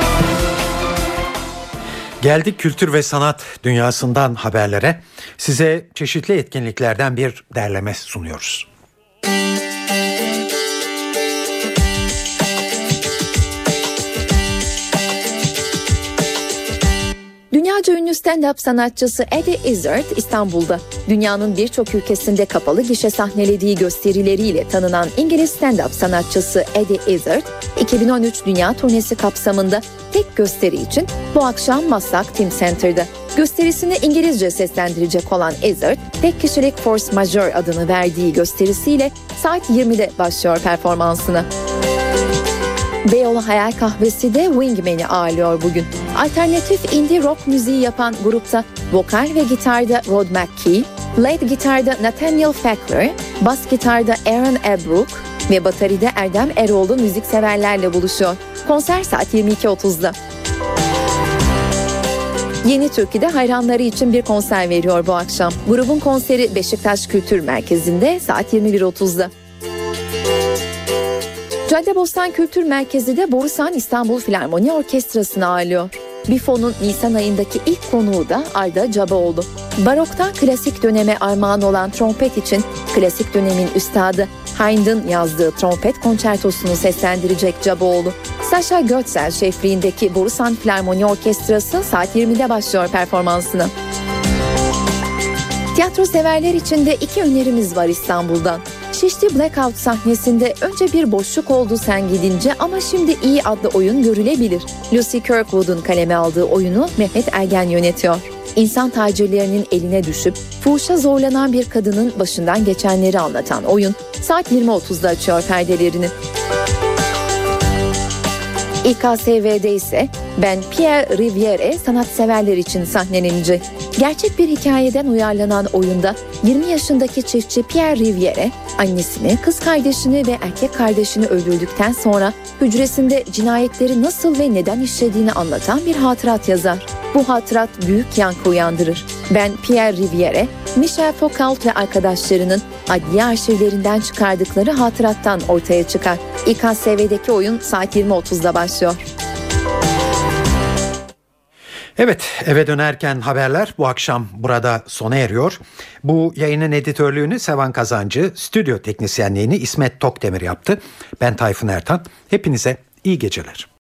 Geldik kültür ve sanat dünyasından haberlere. Size çeşitli etkinliklerden bir derleme sunuyoruz. Dünyaca ünlü stand-up sanatçısı Eddie Izzard İstanbul'da. Dünyanın birçok ülkesinde kapalı gişe sahnelediği gösterileriyle tanınan İngiliz stand-up sanatçısı Eddie Izzard, iki bin on üç dünya turnesi kapsamında tek gösteri için bu akşam Maslak Team Center'da. Gösterisini İngilizce seslendirecek olan Izzard, tek kişilik Force Majeure adını verdiği gösterisiyle saat yirmide başlıyor performansına. Beyoğlu Hayal Kahvesi de Wingman'i ağırlıyor bugün. Alternatif indie rock müziği yapan grupta vokal ve gitarda Rod McKee, lead gitarda Nathaniel Fackler, bas gitarda Aaron Ebrook ve bateride Erdem Eroğlu müzikseverlerle buluşuyor. Konser saat yirmi iki otuzda. Yeni Türkiye'de hayranları için bir konser veriyor bu akşam. Grubun konseri Beşiktaş Kültür Merkezi'nde saat yirmi bir otuzda. Caddebostan Kültür Merkezi de Borusan İstanbul Filarmoni Orkestrası'nı ağırlıyor. Bifo'nun Nisan ayındaki ilk konuğu da Arda Cabaoğlu. Baroktan klasik döneme armağan olan trompet için klasik dönemin üstadı Haydn'ın yazdığı trompet konçertosunu seslendirecek Cabaoğlu. Sasha Götzel şefliğindeki Borusan Filarmoni Orkestrası saat yirmide başlıyor performansına. Tiyatro severler için de iki önerimiz var İstanbul'dan. Şişli Blackout sahnesinde önce bir boşluk oldu sen gidince ama şimdi iyi adlı oyun görülebilir. Lucy Kirkwood'un kaleme aldığı oyunu Mehmet Ergen yönetiyor. İnsan tacirlerinin eline düşüp fuhuşa zorlanan bir kadının başından geçenleri anlatan oyun saat yirmi otuzda açıyor perdelerini. İ K S V'de ise Ben Pierre Riviere sanatseverler için sahnelenecek. Gerçek bir hikayeden uyarlanan oyunda yirmi yaşındaki çiftçi Pierre Riviere, annesini, kız kardeşini ve erkek kardeşini öldürdükten sonra hücresinde cinayetleri nasıl ve neden işlediğini anlatan bir hatırat yazar. Bu hatırat büyük yankı uyandırır. Ben Pierre Riviere, Michel Foucault ve arkadaşlarının adliye arşivlerinden çıkardıkları hatırattan ortaya çıkar. İ K S V'deki oyun saat yirmi otuzda başlıyor. Evet, eve dönerken haberler bu akşam burada sona eriyor. Bu yayının editörlüğünü Sevan Kazancı, stüdyo teknisyenliğini İsmet Tokdemir yaptı. Ben Tayfun Ertan. Hepinize iyi geceler.